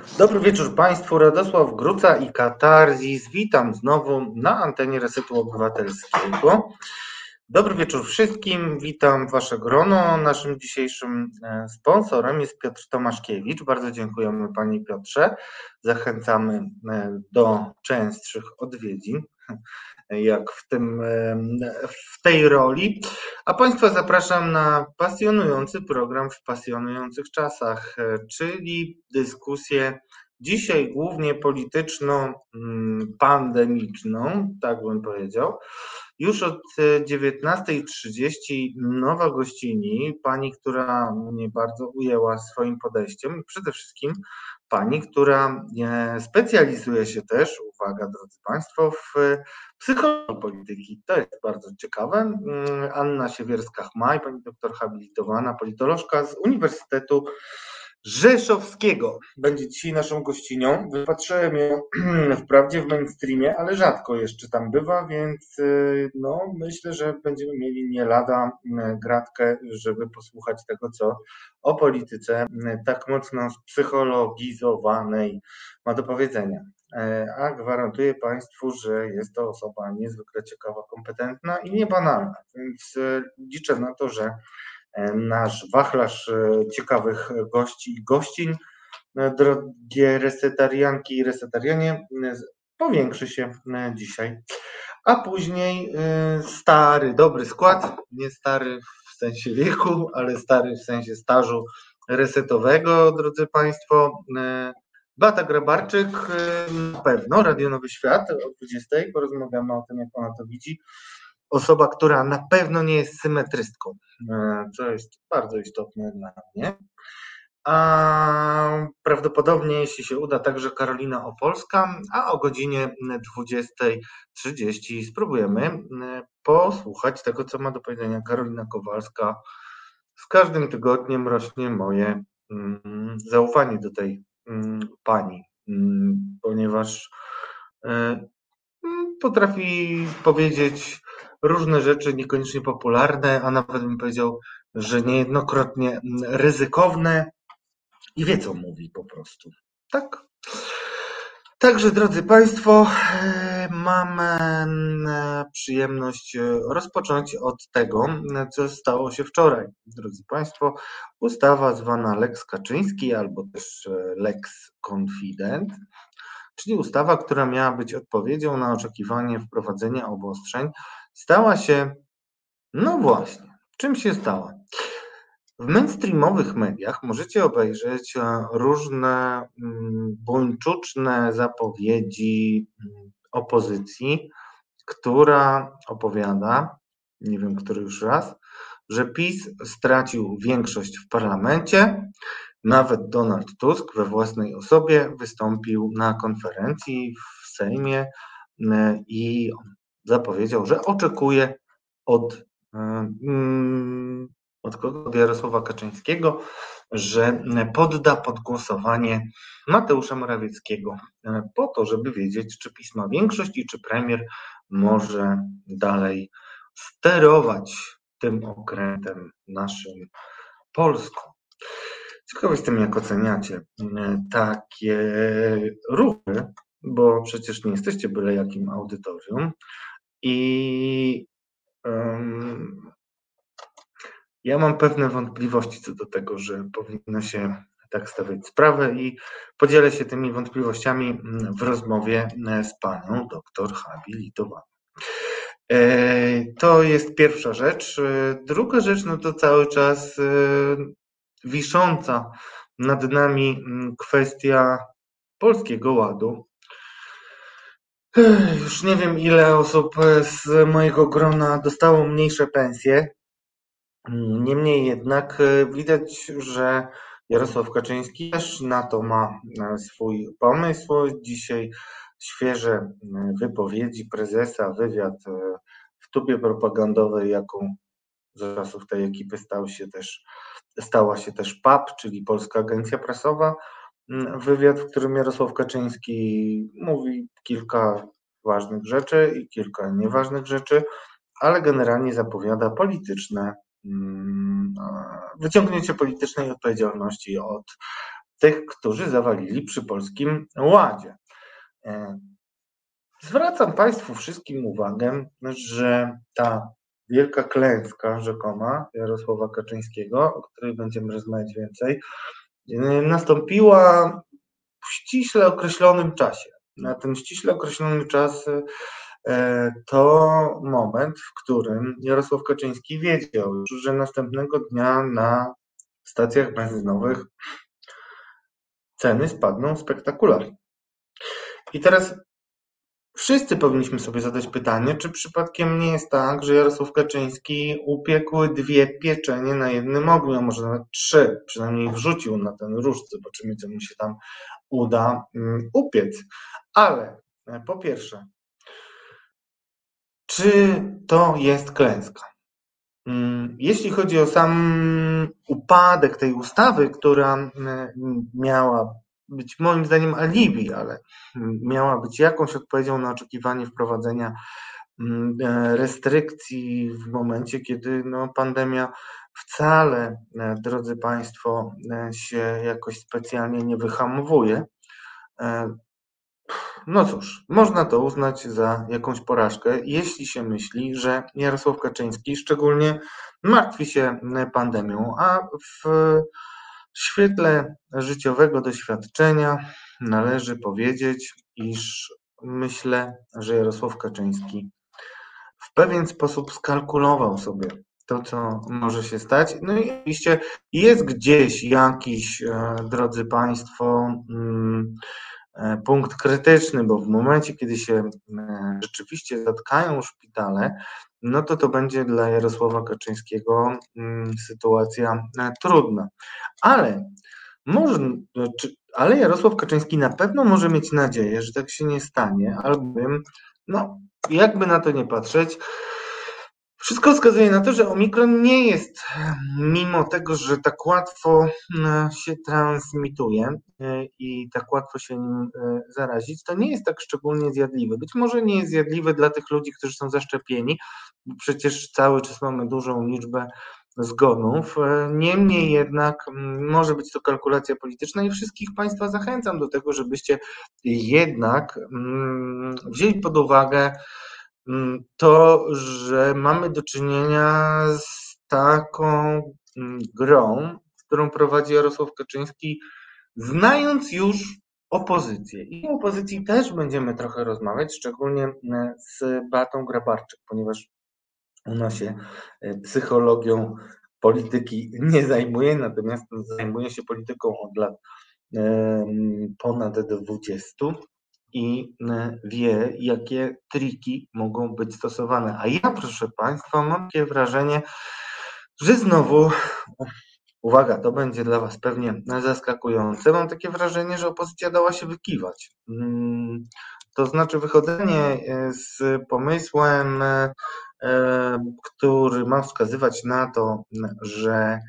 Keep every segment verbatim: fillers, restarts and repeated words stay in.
Dobry wieczór Państwu, Radosław Gruca i Katarzis. Witam znowu na antenie Resetu Obywatelskiego. Dobry wieczór wszystkim, witam Wasze grono. Naszym dzisiejszym sponsorem jest Piotr Tomaszkiewicz. Bardzo dziękujemy Panie Piotrze. Zachęcamy do częstszych odwiedzin, jak w, tym, w tej roli. A Państwa zapraszam na pasjonujący program w pasjonujących czasach, czyli dyskusję dzisiaj głównie polityczno-pandemiczną, tak bym powiedział. Już od dziewiętnastej trzydzieści nowa gościni, pani, która mnie bardzo ujęła swoim podejściem i przede wszystkim pani, która specjalizuje się też, uwaga drodzy Państwo, w psychologii polityki. To jest bardzo ciekawe. Anna Siewierska-Chmaj, pani doktor habilitowana, politolożka z Uniwersytetu Rzeszowskiego. Będzie dzisiaj naszą gościnią. Wypatrzyłem ją wprawdzie w mainstreamie, ale rzadko jeszcze tam bywa, więc no, myślę, że będziemy mieli nie lada gratkę, żeby posłuchać tego, co o polityce tak mocno spsychologizowanej ma do powiedzenia. A gwarantuję Państwu, że jest to osoba niezwykle ciekawa, kompetentna i niebanalna, więc liczę na to, że nasz wachlarz ciekawych gości i gościń, drogie resetarianki i resetarianie, powiększy się dzisiaj. A później stary, dobry skład, nie stary w sensie wieku, ale stary w sensie stażu resetowego, drodzy Państwo. Beata Grabarczyk, na pewno, Radio Nowy Świat o dwudziestej, porozmawiamy o tym, jak ona to widzi. Osoba, która na pewno nie jest symetrystką, co jest bardzo istotne dla mnie. A prawdopodobnie, jeśli się uda, także Karolina Opolska, a o godzinie dwudziestej trzydzieści spróbujemy posłuchać tego, co ma do powiedzenia Karolina Kowalska. Z każdym tygodniem rośnie moje zaufanie do tej pani, ponieważ potrafi powiedzieć różne rzeczy niekoniecznie popularne, a nawet bym powiedział, że niejednokrotnie ryzykowne i wie, co mówi po prostu. Tak? Także, drodzy Państwo, mam przyjemność rozpocząć od tego, co stało się wczoraj. Drodzy Państwo, ustawa zwana Lex Kaczyński albo też Lex Confident, czyli ustawa, która miała być odpowiedzią na oczekiwanie wprowadzenia obostrzeń, stała się, no właśnie, czym się stała? W mainstreamowych mediach możecie obejrzeć różne buńczuczne zapowiedzi opozycji, która opowiada, nie wiem który już raz, że PiS stracił większość w parlamencie. Nawet Donald Tusk we własnej osobie wystąpił na konferencji w Sejmie i zapowiedział, że oczekuje od, od kogo? Od Jarosława Kaczyńskiego, że podda pod głosowanie Mateusza Morawieckiego po to, żeby wiedzieć, czy PiS ma większość i czy premier może dalej sterować tym okrętem naszym Polską. Ciekaw jestem, jak oceniacie takie ruchy, bo przecież nie jesteście byle jakim audytorium i um, ja mam pewne wątpliwości co do tego, że powinno się tak stawiać sprawę i podzielę się tymi wątpliwościami w rozmowie z panią doktor habilitowaną. To jest pierwsza rzecz. Druga rzecz, no to cały czas wisząca nad nami kwestia Polskiego Ładu. Już nie wiem, ile osób z mojego grona dostało mniejsze pensje. Niemniej jednak widać, że Jarosław Kaczyński też na to ma swój pomysł. Dzisiaj świeże wypowiedzi prezesa, wywiad w tubie propagandowej, jaką za czasów tej ekipy stał się też, stała się też P A P, czyli Polska Agencja Prasowa. Wywiad, w którym Jarosław Kaczyński mówi kilka ważnych rzeczy i kilka nieważnych rzeczy, ale generalnie zapowiada polityczne wyciągnięcie politycznej odpowiedzialności od tych, którzy zawalili przy Polskim Ładzie. Zwracam Państwu wszystkim uwagę, że ta wielka klęska rzekoma Jarosława Kaczyńskiego, o której będziemy rozmawiać więcej, nastąpiła w ściśle określonym czasie. Na ten ściśle określony czas to moment, w którym Jarosław Kaczyński wiedział, że następnego dnia na stacjach benzynowych ceny spadną spektakularnie. I teraz wszyscy powinniśmy sobie zadać pytanie, czy przypadkiem nie jest tak, że Jarosław Kaczyński upiekł dwie pieczenie na jednym ogniu, a może nawet trzy, przynajmniej wrzucił na ten róż, zobaczymy, co mu się tam uda um, upiec. Ale po pierwsze, czy to jest klęska? Jeśli chodzi o sam upadek tej ustawy, która miała być moim zdaniem alibi, ale miała być jakąś odpowiedzią na oczekiwanie wprowadzenia restrykcji w momencie, kiedy no, pandemia wcale, drodzy Państwo, się jakoś specjalnie nie wyhamowuje. No cóż, można to uznać za jakąś porażkę, jeśli się myśli, że Jarosław Kaczyński szczególnie martwi się pandemią, a w świetle życiowego doświadczenia należy powiedzieć, iż myślę, że Jarosław Kaczyński w pewien sposób skalkulował sobie to, co może się stać. No i oczywiście jest gdzieś jakiś, drodzy Państwo, punkt krytyczny, bo w momencie, kiedy się rzeczywiście zatkają szpitale, no to to będzie dla Jarosława Kaczyńskiego sytuacja trudna. Ale, może, ale Jarosław Kaczyński na pewno może mieć nadzieję, że tak się nie stanie, albowiem, no, jakby na to nie patrzeć, wszystko wskazuje na to, że Omikron nie jest, mimo tego, że tak łatwo się transmituje i tak łatwo się nim zarazić, to nie jest tak szczególnie zjadliwy. Być może nie jest zjadliwy dla tych ludzi, którzy są zaszczepieni, bo przecież cały czas mamy dużą liczbę zgonów. Niemniej jednak może być to kalkulacja polityczna i wszystkich Państwa zachęcam do tego, żebyście jednak wzięli pod uwagę to, że mamy do czynienia z taką grą, którą prowadzi Jarosław Kaczyński, znając już opozycję. I o opozycji też będziemy trochę rozmawiać, szczególnie z Beatą Grabarczyk, ponieważ ona się psychologią polityki nie zajmuje, natomiast zajmuje się polityką od lat ponad dwudziestu i wie, jakie triki mogą być stosowane. A ja, proszę Państwa, mam takie wrażenie, że znowu, uwaga, to będzie dla Was pewnie zaskakujące, mam takie wrażenie, że opozycja dała się wykiwać. To znaczy wychodzenie z pomysłem, który ma wskazywać na to, że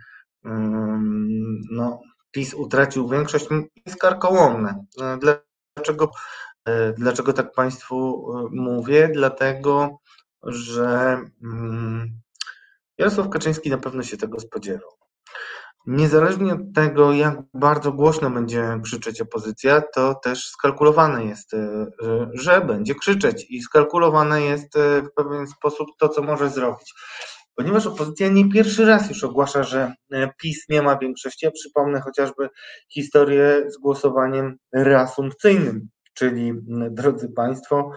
no, PiS utracił większość, jest karkołomne. Dlaczego, dlaczego tak Państwu mówię? Dlatego, że Jarosław Kaczyński na pewno się tego spodziewał. Niezależnie od tego, jak bardzo głośno będzie krzyczeć opozycja, to też skalkulowane jest, że będzie krzyczeć i skalkulowane jest w pewien sposób to, co może zrobić. Ponieważ opozycja nie pierwszy raz już ogłasza, że PiS nie ma większości, ja przypomnę chociażby historię z głosowaniem reasumpcyjnym, czyli, drodzy Państwo,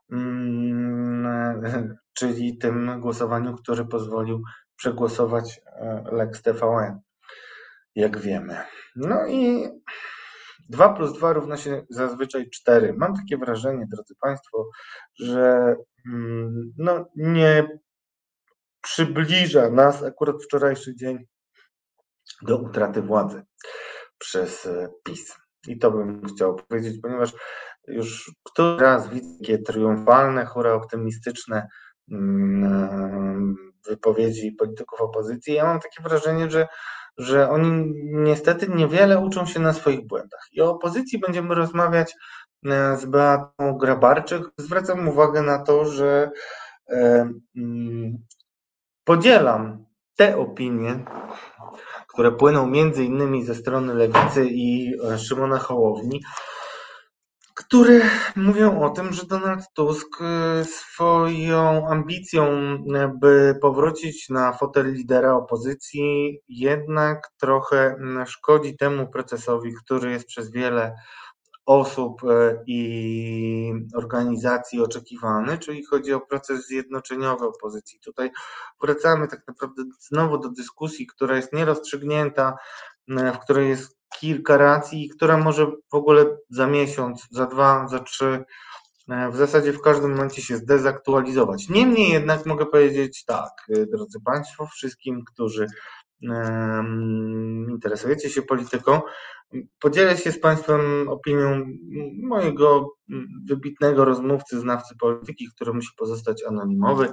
czyli tym głosowaniu, który pozwolił przegłosować Lex T V N, jak wiemy. No i dwa plus dwa równa się zazwyczaj cztery. Mam takie wrażenie, drodzy Państwo, że no, nie przybliża nas akurat wczorajszy dzień do utraty władzy przez PiS. I to bym chciał powiedzieć, ponieważ już któryś raz widzę takie triumfalne, hura optymistyczne wypowiedzi polityków opozycji. Ja mam takie wrażenie, że, że oni niestety niewiele uczą się na swoich błędach. I o opozycji będziemy rozmawiać z Beatą Grabarczyk. Zwracam uwagę na to, że podzielam te opinie, które płyną między innymi ze strony Lewicy i Szymona Hołowni, które mówią o tym, że Donald Tusk swoją ambicją, by powrócić na fotel lidera opozycji, jednak trochę szkodzi temu procesowi, który jest przez wiele osób i organizacji oczekiwany, czyli chodzi o proces zjednoczeniowy opozycji. Tutaj wracamy tak naprawdę znowu do dyskusji, która jest nierozstrzygnięta, w której jest kilka racji, która może w ogóle za miesiąc, za dwa, za trzy, w zasadzie w każdym momencie się zdezaktualizować. Niemniej jednak mogę powiedzieć tak, drodzy Państwo, wszystkim, którzy um, interesujecie się polityką, podzielę się z Państwem opinią mojego wybitnego rozmówcy, znawcy polityki, który musi pozostać anonimowy,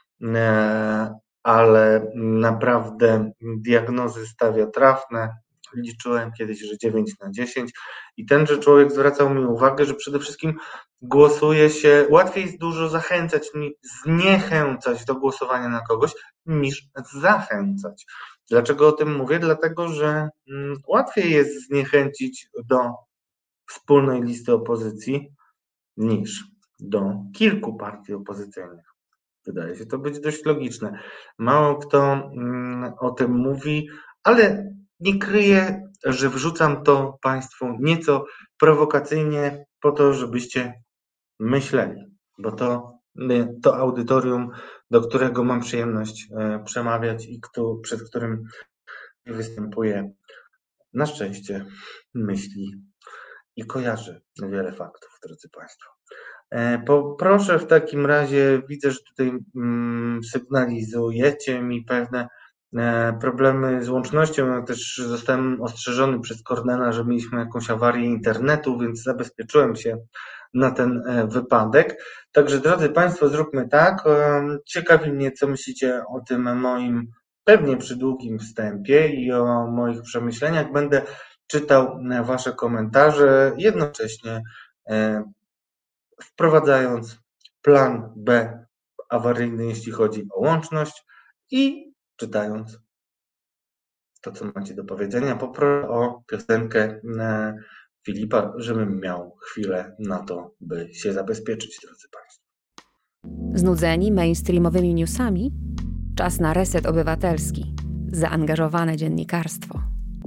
ale naprawdę diagnozy stawia trafne. Liczyłem kiedyś, że dziewięć na dziesięć i tenże człowiek zwracał mi uwagę, że przede wszystkim głosuje się, łatwiej jest dużo zachęcać, zniechęcać do głosowania na kogoś, niż zachęcać. Dlaczego o tym mówię? Dlatego, że łatwiej jest zniechęcić do wspólnej listy opozycji niż do kilku partii opozycyjnych. Wydaje się to być dość logiczne. Mało kto o tym mówi, ale nie kryję, że wrzucam to Państwu nieco prowokacyjnie po to, żebyście myśleli, bo to, to audytorium, do którego mam przyjemność przemawiać i kto, przed którym występuję, na szczęście myśli i kojarzy wiele faktów, drodzy Państwo. Poproszę w takim razie, widzę, że tutaj mm, sygnalizujecie mi pewne e, problemy z łącznością. Ja też zostałem ostrzeżony przez Kornela, że mieliśmy jakąś awarię internetu, więc zabezpieczyłem się na ten e, wypadek. Także drodzy Państwo, zróbmy tak. E, ciekawi mnie, co myślicie o tym moim pewnie przydługim wstępie i o moich przemyśleniach. Będę czytał Wasze komentarze, jednocześnie e, wprowadzając plan B awaryjny, jeśli chodzi o łączność i czytając to, co macie do powiedzenia. Poproszę o piosenkę Filipa, żebym miał chwilę na to, by się zabezpieczyć, drodzy Państwo. Znudzeni mainstreamowymi newsami? Czas na reset obywatelski. Zaangażowane dziennikarstwo.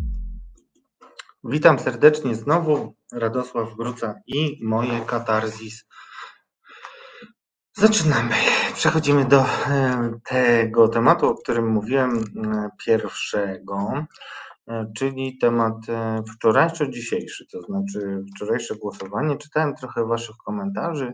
Witam serdecznie znowu. Radosław Gruca i moje katarzis. Zaczynamy. Przechodzimy do tego tematu, o którym mówiłem pierwszego, czyli temat wczorajszy-dzisiejszy, to znaczy wczorajsze głosowanie. Czytałem trochę Waszych komentarzy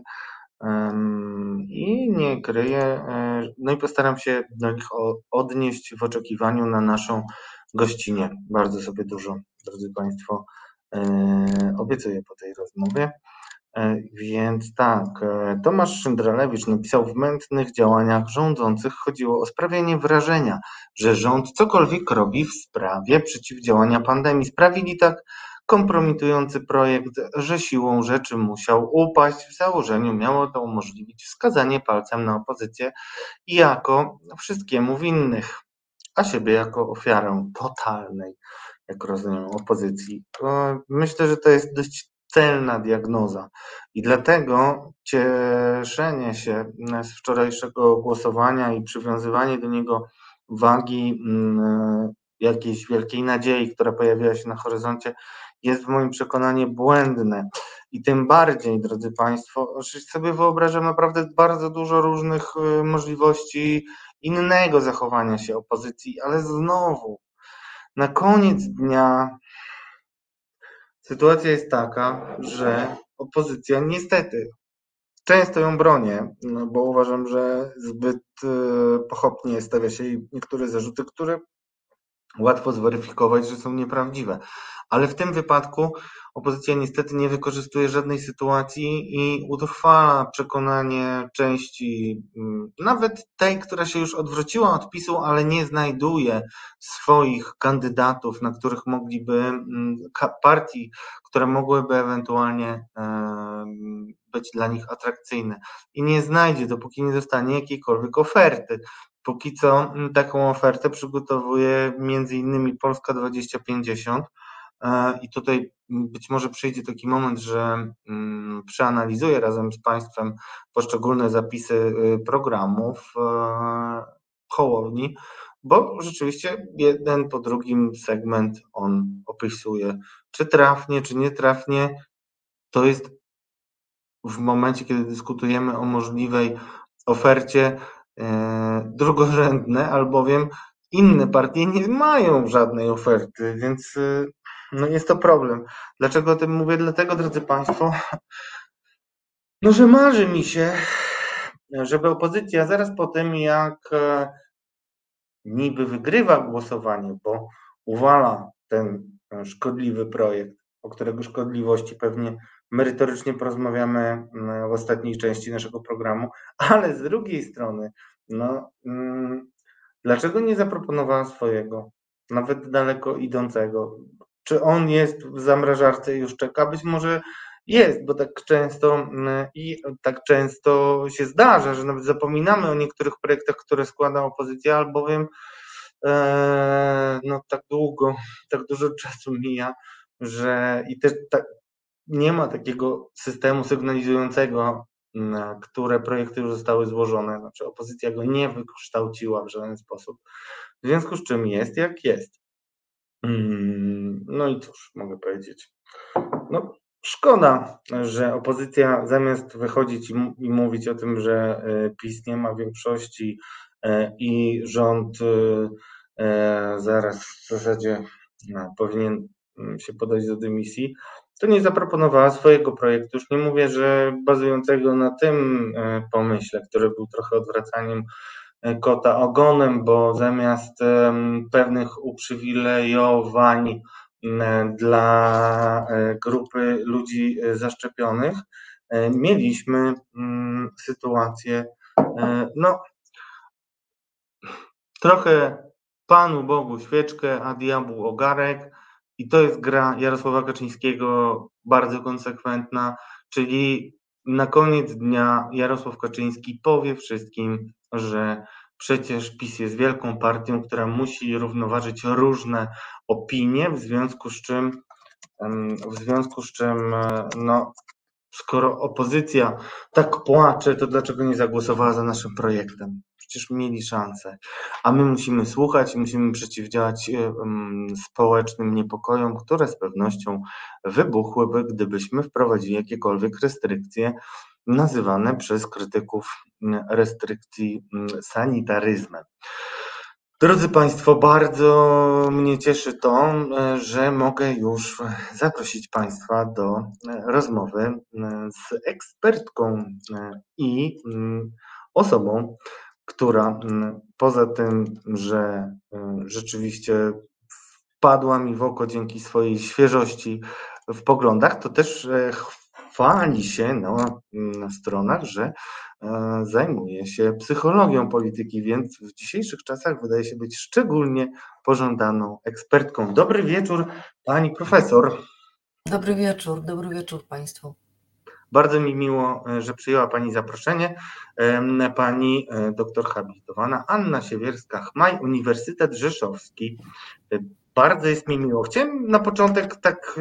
i nie kryję, no i postaram się do nich odnieść w oczekiwaniu na naszą gościnę. Bardzo sobie dużo, drodzy Państwo, obiecuję po tej rozmowie. Więc tak, Tomasz Szyndralewicz napisał: w mętnych działaniach rządzących chodziło o sprawienie wrażenia, że rząd cokolwiek robi w sprawie przeciwdziałania pandemii. Sprawili tak kompromitujący projekt, że siłą rzeczy musiał upaść. W założeniu miało to umożliwić wskazanie palcem na opozycję jako wszystkiemu winnych, a siebie jako ofiarę totalnej, jak rozumiem, opozycji. Myślę, że to jest dość celna diagnoza i dlatego cieszenie się z wczorajszego głosowania i przywiązywanie do niego wagi jakiejś wielkiej nadziei, która pojawiła się na horyzoncie, jest w moim przekonaniu błędne. I tym bardziej, drodzy Państwo, że sobie wyobrażam naprawdę bardzo dużo różnych możliwości innego zachowania się opozycji, ale znowu na koniec dnia sytuacja jest taka, że opozycja niestety, często ją bronię, no bo uważam, że zbyt pochopnie stawia się jej niektóre zarzuty, które łatwo zweryfikować, że są nieprawdziwe. Ale w tym wypadku opozycja niestety nie wykorzystuje żadnej sytuacji i utrwala przekonanie części, nawet tej, która się już odwróciła od PiS-u, ale nie znajduje swoich kandydatów, na których mogliby, partii, które mogłyby ewentualnie być dla nich atrakcyjne. I nie znajdzie, dopóki nie dostanie jakiejkolwiek oferty. Póki co taką ofertę przygotowuje między innymi Polska dwadzieścia pięćdziesiąt i tutaj być może przyjdzie taki moment, że przeanalizuję razem z Państwem poszczególne zapisy programów Hołowni, bo rzeczywiście jeden po drugim segment on opisuje, czy trafnie, czy nietrafnie. To jest w momencie, kiedy dyskutujemy o możliwej ofercie e, drugorzędne, albowiem inne partie nie mają żadnej oferty, więc e, no jest to problem. Dlaczego o tym mówię? Dlatego, drodzy Państwo, no że marzy mi się, żeby opozycja zaraz po tym, jak e, niby wygrywa głosowanie, bo uwala ten szkodliwy projekt, o którego szkodliwości pewnie merytorycznie porozmawiamy w ostatniej części naszego programu, ale z drugiej strony, no, mm, dlaczego nie zaproponowała swojego, nawet daleko idącego? Czy on jest w zamrażarce i już czeka? Być może jest, bo tak często i tak często się zdarza, że nawet zapominamy o niektórych projektach, które składa opozycja, albowiem e, no tak długo, tak dużo czasu mija, że i też tak, nie ma takiego systemu sygnalizującego, które projekty już zostały złożone, znaczy opozycja go nie wykształciła w żaden sposób, w związku z czym jest jak jest. No i cóż mogę powiedzieć, no szkoda, że opozycja zamiast wychodzić i, i mówić o tym, że PiS nie ma większości i rząd zaraz w zasadzie no, powinien się podać do dymisji, to nie zaproponowała swojego projektu. Już nie mówię, że bazującego na tym pomyśle, który był trochę odwracaniem kota ogonem, bo zamiast pewnych uprzywilejowań dla grupy ludzi zaszczepionych mieliśmy sytuację, no trochę Panu Bogu świeczkę, a diabłu ogarek, i to jest gra Jarosława Kaczyńskiego bardzo konsekwentna, czyli na koniec dnia Jarosław Kaczyński powie wszystkim, że przecież PiS jest wielką partią, która musi równoważyć różne opinie, w związku z czym w związku z czym no skoro opozycja tak płacze, to dlaczego nie zagłosowała za naszym projektem? Przecież mieli szansę. A my musimy słuchać i musimy przeciwdziałać um, społecznym niepokojom, które z pewnością wybuchłyby, gdybyśmy wprowadzili jakiekolwiek restrykcje nazywane przez krytyków restrykcji sanitaryzmem. Drodzy Państwo, bardzo mnie cieszy to, że mogę już zaprosić Państwa do rozmowy z ekspertką i osobą, która poza tym, że rzeczywiście wpadła mi w oko dzięki swojej świeżości w poglądach, to też chwali się na, na stronach, że zajmuje się psychologią polityki, więc w dzisiejszych czasach wydaje się być szczególnie pożądaną ekspertką. Dobry wieczór, pani profesor. Dobry wieczór, dobry wieczór Państwu. Bardzo mi miło, że przyjęła Pani zaproszenie. Pani doktor habilitowana Anna Siewierska-Chmaj, Uniwersytet Rzeszowski. Bardzo jest mi miło. Chciałem na początek tak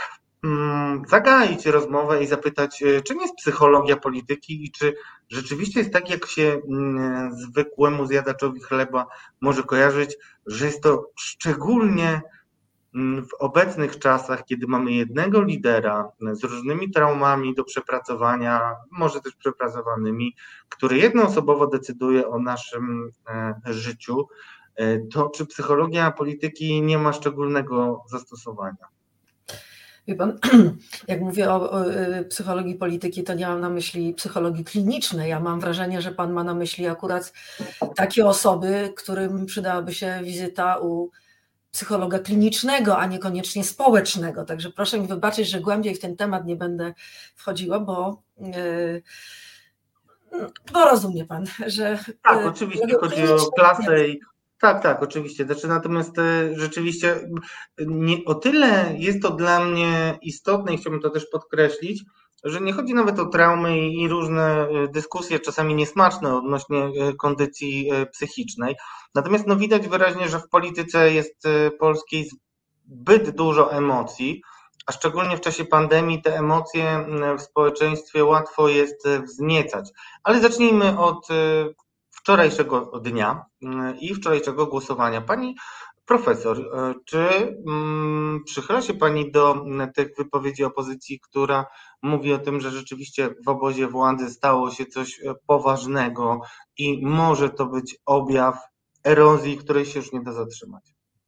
zagaić rozmowę i zapytać, czym jest psychologia polityki i czy rzeczywiście jest tak, jak się zwykłemu zjadaczowi chleba może kojarzyć, że jest to szczególnie w obecnych czasach, kiedy mamy jednego lidera z różnymi traumami do przepracowania, może też przepracowanymi, który jednoosobowo decyduje o naszym życiu, to czy psychologia polityki nie ma szczególnego zastosowania? Wie pan, jak mówię o, o psychologii polityki, to nie mam na myśli psychologii klinicznej. Ja mam wrażenie, że pan ma na myśli akurat takie osoby, którym przydałaby się wizyta u psychologa klinicznego, a niekoniecznie społecznego. Także proszę mi wybaczyć, że głębiej w ten temat nie będę wchodziła, bo, yy, bo rozumie pan, że... Tak, oczywiście chodzi o klasę i... Tak, tak, oczywiście. Znaczy, natomiast rzeczywiście nie, o tyle jest to dla mnie istotne i chciałbym to też podkreślić, że nie chodzi nawet o traumy i różne dyskusje, czasami niesmaczne odnośnie kondycji psychicznej. Natomiast no widać wyraźnie, że w polityce jest polskiej zbyt dużo emocji, a szczególnie w czasie pandemii te emocje w społeczeństwie łatwo jest wzniecać. Ale zacznijmy od wczorajszego dnia i wczorajszego głosowania. Pani profesor, czy przychyla się Pani do tych wypowiedzi opozycji, która mówi o tym, że rzeczywiście w obozie władzy stało się coś poważnego i może to być objaw erozji, której się już nie da zatrzymać?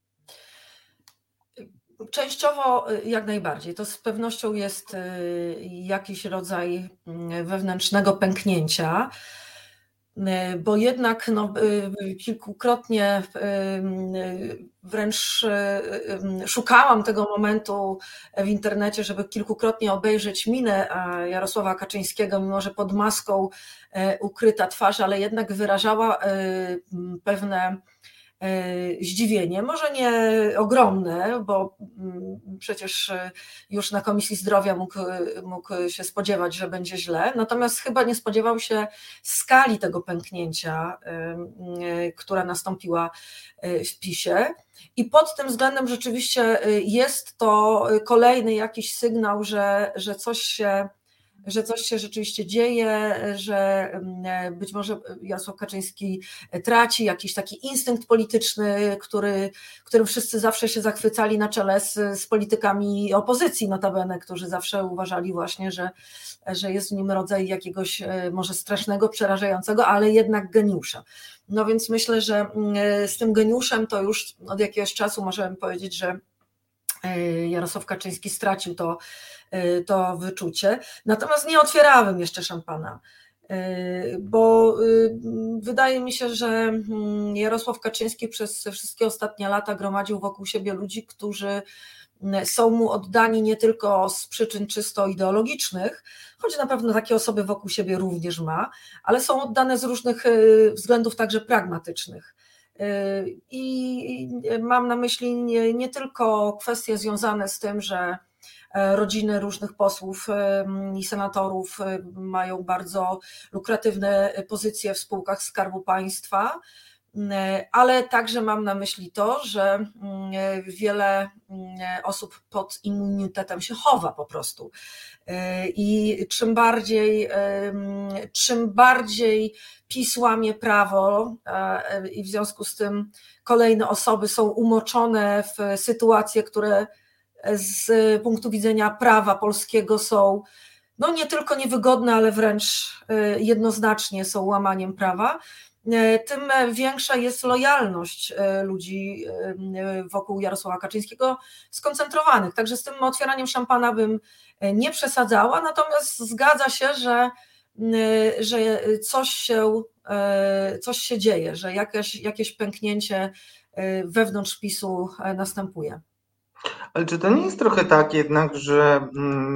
Częściowo jak najbardziej. To z pewnością jest jakiś rodzaj wewnętrznego pęknięcia, bo jednak no, kilkukrotnie wręcz szukałam tego momentu w internecie, żeby kilkukrotnie obejrzeć minę Jarosława Kaczyńskiego, mimo że pod maską ukryta twarz, ale jednak wyrażała pewne zdziwienie, może nie ogromne, bo przecież już na Komisji Zdrowia mógł, mógł się spodziewać, że będzie źle, natomiast chyba nie spodziewał się skali tego pęknięcia, która nastąpiła w PiSie. I pod tym względem rzeczywiście jest to kolejny jakiś sygnał, że, że coś się że coś się rzeczywiście dzieje, że być może Jarosław Kaczyński traci jakiś taki instynkt polityczny, który, którym wszyscy zawsze się zachwycali na czele z, z politykami opozycji notabene, którzy zawsze uważali właśnie, że, że jest w nim rodzaj jakiegoś może strasznego, przerażającego, ale jednak geniusza. No więc myślę, że z tym geniuszem to już od jakiegoś czasu możemy powiedzieć, że Jarosław Kaczyński stracił to, to wyczucie. Natomiast nie otwierałem jeszcze szampana, bo wydaje mi się, że Jarosław Kaczyński przez wszystkie ostatnie lata gromadził wokół siebie ludzi, którzy są mu oddani nie tylko z przyczyn czysto ideologicznych, choć na pewno takie osoby wokół siebie również ma, ale są oddane z różnych względów także pragmatycznych. I mam na myśli nie, nie tylko kwestie związane z tym, że rodziny różnych posłów i senatorów mają bardzo lukratywne pozycje w spółkach Skarbu Państwa, ale także mam na myśli to, że wiele osób pod immunitetem się chowa po prostu. I czym bardziej, czym bardziej PiS łamie prawo i w związku z tym kolejne osoby są umoczone w sytuacje, które z punktu widzenia prawa polskiego są no nie tylko niewygodne, ale wręcz jednoznacznie są łamaniem prawa, tym większa jest lojalność ludzi wokół Jarosława Kaczyńskiego skoncentrowanych. Także z tym otwieraniem szampana bym nie przesadzała, natomiast zgadza się, że, że coś się, coś się dzieje, że jakieś, jakieś pęknięcie wewnątrz PiSu następuje. Ale czy to nie jest trochę tak jednak, że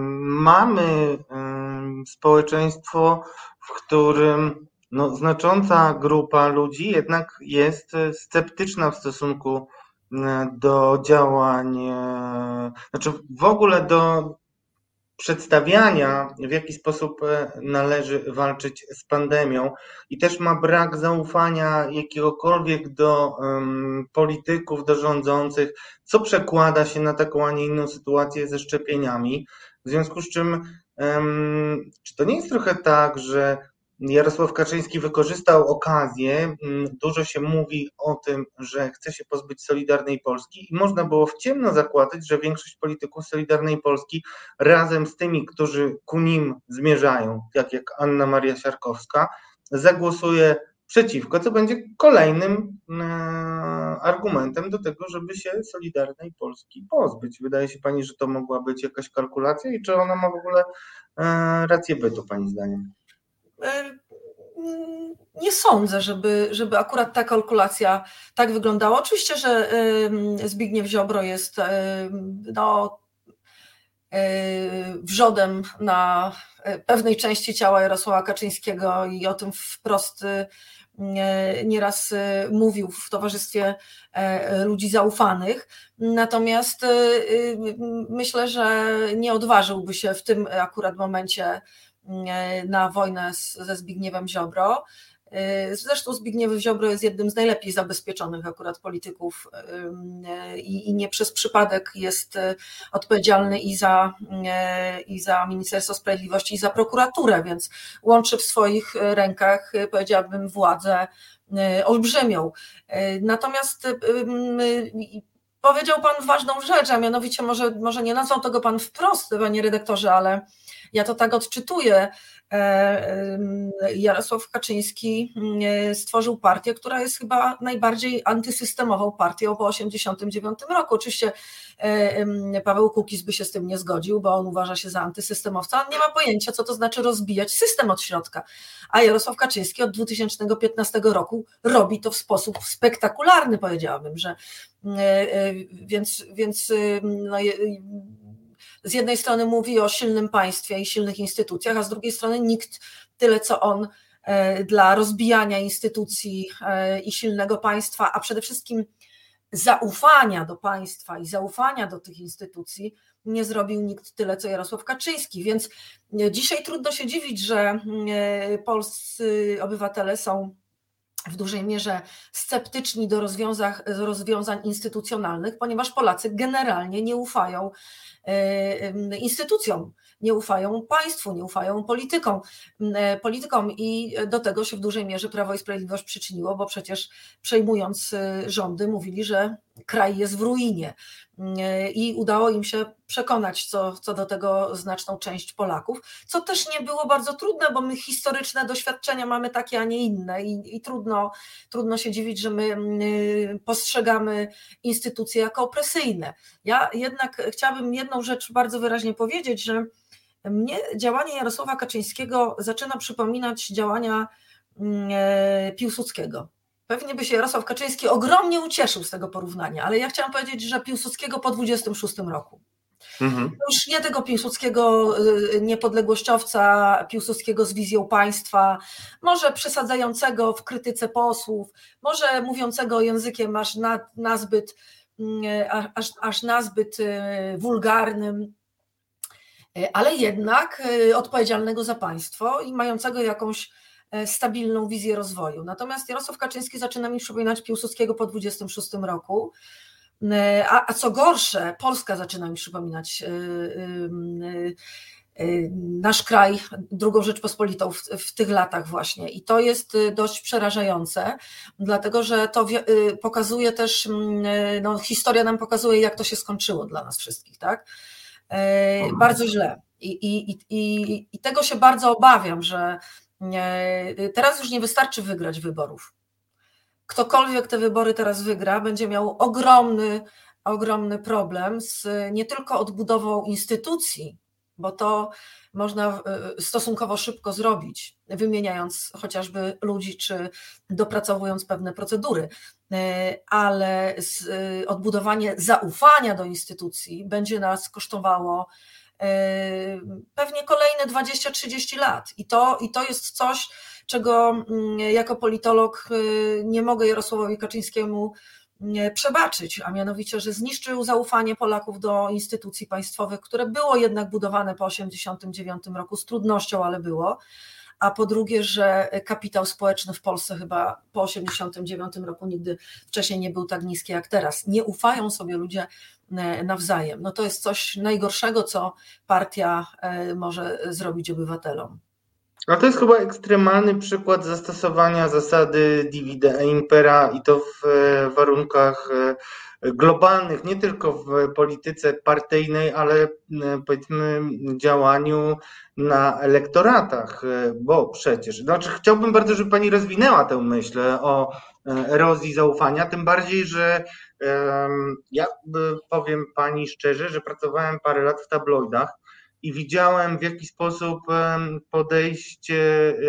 mamy społeczeństwo, w którym no, znacząca grupa ludzi jednak jest sceptyczna w stosunku do działań, znaczy w ogóle do przedstawiania, w jaki sposób należy walczyć z pandemią i też ma brak zaufania jakiegokolwiek do um, polityków, do rządzących, co przekłada się na taką, a nie inną sytuację ze szczepieniami. W związku z czym, um, czy to nie jest trochę tak, że Jarosław Kaczyński wykorzystał okazję, dużo się mówi o tym, że chce się pozbyć Solidarnej Polski i można było w ciemno zakładać, że większość polityków Solidarnej Polski razem z tymi, którzy ku nim zmierzają, tak jak Anna Maria Siarkowska, zagłosuje przeciwko, co będzie kolejnym argumentem do tego, żeby się Solidarnej Polski pozbyć. Wydaje się Pani, że to mogła być jakaś kalkulacja i czy ona ma w ogóle rację bytu, Pani zdaniem? Nie sądzę, żeby, żeby akurat ta kalkulacja tak wyglądała. Oczywiście, że Zbigniew Ziobro jest no, wrzodem na pewnej części ciała Jarosława Kaczyńskiego i o tym wprost nieraz mówił w towarzystwie ludzi zaufanych, natomiast myślę, że nie odważyłby się w tym akurat momencie na wojnę ze Zbigniewem Ziobro. Zresztą Zbigniew Ziobro jest jednym z najlepiej zabezpieczonych akurat polityków i, i nie przez przypadek jest odpowiedzialny i za, i za Ministerstwo Sprawiedliwości, i za prokuraturę, więc łączy w swoich rękach, powiedziałabym, władzę olbrzymią. Natomiast powiedział Pan ważną rzecz, a mianowicie może, może nie nazwał tego Pan wprost, panie redaktorze, ale ja to tak odczytuję. Jarosław Kaczyński stworzył partię, która jest chyba najbardziej antysystemową partią po osiemdziesiątym dziewiątym roku. Oczywiście Paweł Kukiz by się z tym nie zgodził, bo on uważa się za antysystemowca, on nie ma pojęcia, co to znaczy rozbijać system od środka, a Jarosław Kaczyński od dwa tysiące piętnastego roku robi to w sposób spektakularny, powiedziałabym, że więc, więc no, z jednej strony mówi o silnym państwie i silnych instytucjach, a z drugiej strony nikt tyle co on dla rozbijania instytucji i silnego państwa, a przede wszystkim zaufania do państwa i zaufania do tych instytucji nie zrobił nikt tyle co Jarosław Kaczyński, więc dzisiaj trudno się dziwić, że polscy obywatele są w dużej mierze sceptyczni do rozwiązań, rozwiązań instytucjonalnych, ponieważ Polacy generalnie nie ufają instytucjom, nie ufają państwu, nie ufają politykom, politykom i do tego się w dużej mierze Prawo i Sprawiedliwość przyczyniło, bo przecież przejmując rządy mówili, że kraj jest w ruinie i udało im się przekonać co, co do tego znaczną część Polaków, co też nie było bardzo trudne, bo my historyczne doświadczenia mamy takie, a nie inne i, i trudno, trudno się dziwić, że my postrzegamy instytucje jako opresyjne. Ja jednak chciałabym jedną rzecz bardzo wyraźnie powiedzieć, że mnie działanie Jarosława Kaczyńskiego zaczyna przypominać działania Piłsudskiego. Pewnie by się Jarosław Kaczyński ogromnie ucieszył z tego porównania, ale ja chciałam powiedzieć, że Piłsudskiego po dwudziestym szóstym roku. Mhm. Już nie tego Piłsudskiego niepodległościowca, Piłsudskiego z wizją państwa, może przesadzającego w krytyce posłów, może mówiącego językiem aż, na, nazbyt, aż, aż nazbyt wulgarnym, ale jednak odpowiedzialnego za państwo i mającego jakąś stabilną wizję rozwoju. Natomiast Jarosław Kaczyński zaczyna mi przypominać Piłsudskiego po dwudziestym szóstym roku, a, a co gorsze, Polska zaczyna mi przypominać nasz kraj, drugą Rzeczpospolitą w, w tych latach właśnie i to jest dość przerażające, dlatego że to pokazuje też, no, historia nam pokazuje, jak to się skończyło dla nas wszystkich, tak? Bardzo źle i, i, i, i tego się bardzo obawiam, że teraz już nie wystarczy wygrać wyborów. Ktokolwiek te wybory teraz wygra, będzie miał ogromny, ogromny problem z nie tylko odbudową instytucji, bo to można stosunkowo szybko zrobić, wymieniając chociażby ludzi czy dopracowując pewne procedury, ale odbudowanie zaufania do instytucji będzie nas kosztowało pewnie kolejne dwadzieścia trzydzieści lat i to, i to jest coś, czego jako politolog nie mogę Jarosławowi Kaczyńskiemu przebaczyć, a mianowicie, że zniszczył zaufanie Polaków do instytucji państwowych, które było jednak budowane po osiemdziesiątym dziewiątym roku z trudnością, ale było, a po drugie, że kapitał społeczny w Polsce chyba po osiemdziesiątym dziewiątym roku nigdy wcześniej nie był tak niski jak teraz. Nie ufają sobie ludzie nawzajem. No to jest coś najgorszego, co partia może zrobić obywatelom. A to jest chyba ekstremalny przykład zastosowania zasady divide et impera i to w warunkach globalnych, nie tylko w polityce partyjnej, ale powiedzmy działaniu na elektoratach, bo przecież, znaczy chciałbym bardzo, żeby Pani rozwinęła tę myśl o erozji zaufania, tym bardziej, że ja powiem Pani szczerze, że pracowałem parę lat w tabloidach i widziałem, w jaki sposób podejście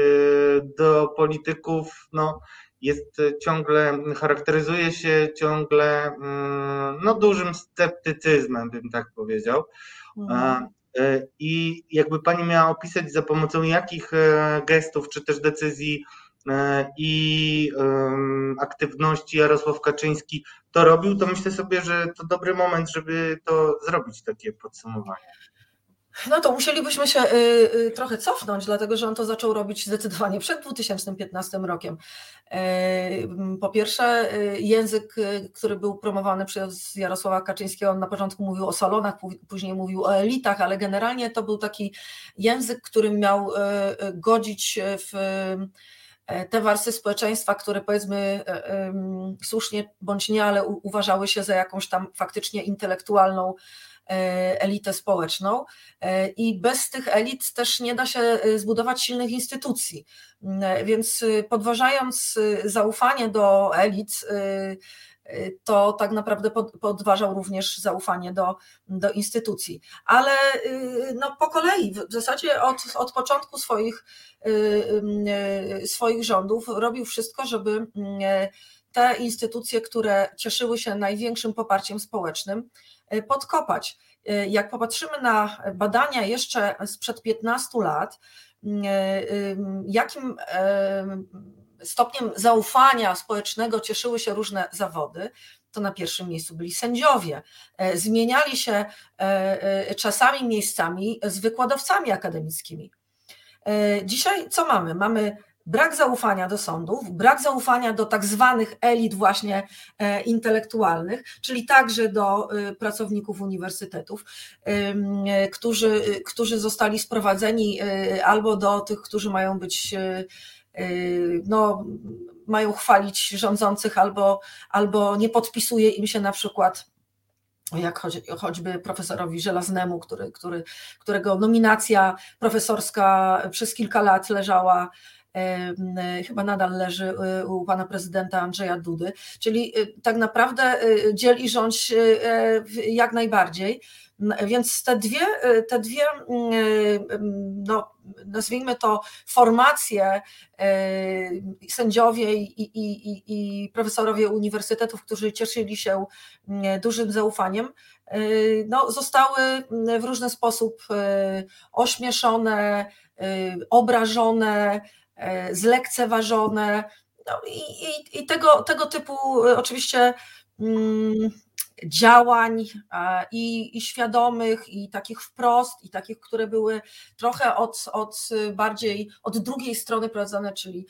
do polityków no, jest ciągle, charakteryzuje się ciągle no, dużym sceptycyzmem, bym tak powiedział. Mhm. I jakby Pani miała opisać, za pomocą jakich gestów czy też decyzji i um, aktywności Jarosław Kaczyński to robił, to myślę sobie, że to dobry moment, żeby to zrobić, takie podsumowanie. No to musielibyśmy się y, y, trochę cofnąć, dlatego że on to zaczął robić zdecydowanie przed dwa tysiące piętnastym rokiem. Y, po pierwsze, y, język, y, który był promowany przez Jarosława Kaczyńskiego, on na początku mówił o salonach, później mówił o elitach, ale generalnie to był taki język, który miał y, y, godzić w y, te warstwy społeczeństwa, które powiedzmy y, y, słusznie bądź nie, ale u, uważały się za jakąś tam faktycznie intelektualną elitę społeczną i bez tych elit też nie da się zbudować silnych instytucji, więc podważając zaufanie do elit, to tak naprawdę podważał również zaufanie do, do instytucji. Ale no, po kolei, w zasadzie od, od początku swoich, swoich rządów robił wszystko, żeby te instytucje, które cieszyły się największym poparciem społecznym, podkopać. Jak popatrzymy na badania jeszcze sprzed piętnastu lat, jakim stopniem zaufania społecznego cieszyły się różne zawody, to na pierwszym miejscu byli sędziowie. Zmieniali się czasami, miejscami z wykładowcami akademickimi. Dzisiaj co mamy? Mamy brak zaufania do sądów, brak zaufania do tak zwanych elit właśnie intelektualnych, czyli także do pracowników uniwersytetów, którzy, którzy zostali sprowadzeni albo do tych, którzy mają być, no, mają chwalić rządzących, albo, albo nie podpisuje im się na przykład, jak choćby profesorowi Żelaznemu, który, który, którego nominacja profesorska przez kilka lat leżała, chyba nadal leży u pana prezydenta Andrzeja Dudy, czyli tak naprawdę dziel i rządź jak najbardziej. Więc te dwie, te dwie no, nazwijmy to formacje, sędziowie i, i, i, i profesorowie uniwersytetów, którzy cieszyli się dużym zaufaniem, no, zostały w różny sposób ośmieszone, obrażone, zlekceważone, no i, i, i tego, tego typu oczywiście działań i, i świadomych, i takich wprost, i takich, które były trochę od, od bardziej od drugiej strony prowadzone, czyli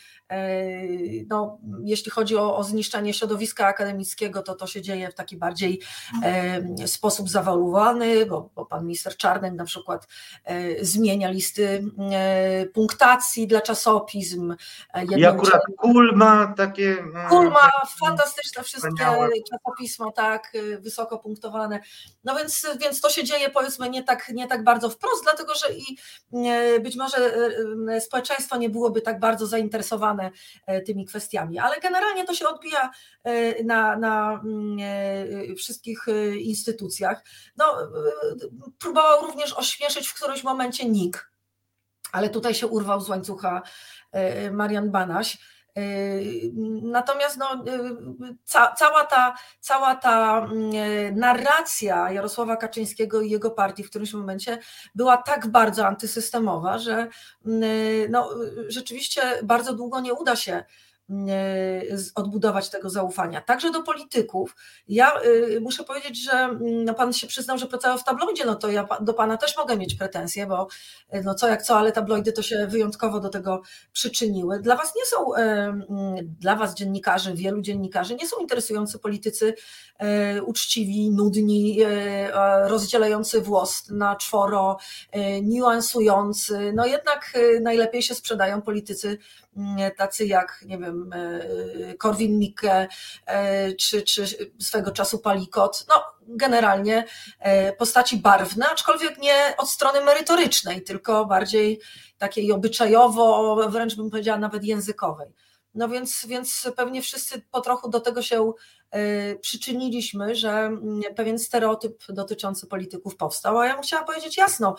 no, jeśli chodzi o, o zniszczenie środowiska akademickiego, to to się dzieje w taki bardziej e, sposób zawalowany, bo, bo pan minister Czarnek na przykład e, zmienia listy e, punktacji dla czasopism. I akurat Kul ma takie... Kul ma fantastyczne wszystkie czasopisma, tak, wysoko punktowane. No więc, więc to się dzieje, powiedzmy, nie tak, nie tak bardzo wprost, dlatego że i być może społeczeństwo nie byłoby tak bardzo zainteresowane tymi kwestiami, ale generalnie to się odbija na, na wszystkich instytucjach. No, próbował również ośmieszyć w którymś momencie N I K, ale tutaj się urwał z łańcucha Marian Banaś. Natomiast no, ca, cała, ta, cała ta narracja Jarosława Kaczyńskiego i jego partii w którymś momencie była tak bardzo antysystemowa, że no, rzeczywiście bardzo długo nie uda się odbudować tego zaufania, także do polityków. Ja muszę powiedzieć, że no pan się przyznał, że pracował w tabloidzie, no to ja do pana też mogę mieć pretensje, bo no co jak co, ale tabloidy to się wyjątkowo do tego przyczyniły. Dla was nie są, dla was dziennikarzy, wielu dziennikarzy nie są interesujący politycy uczciwi, nudni, rozdzielający włos na czworo, niuansujący, no jednak najlepiej się sprzedają politycy tacy jak, nie wiem, Korwin-Mikke czy, czy swego czasu Palikot, no generalnie postaci barwne, aczkolwiek nie od strony merytorycznej, tylko bardziej takiej obyczajowo, wręcz bym powiedziała nawet językowej. No więc, więc pewnie wszyscy po trochu do tego się przyczyniliśmy, że pewien stereotyp dotyczący polityków powstał, a ja bym chciała powiedzieć jasno,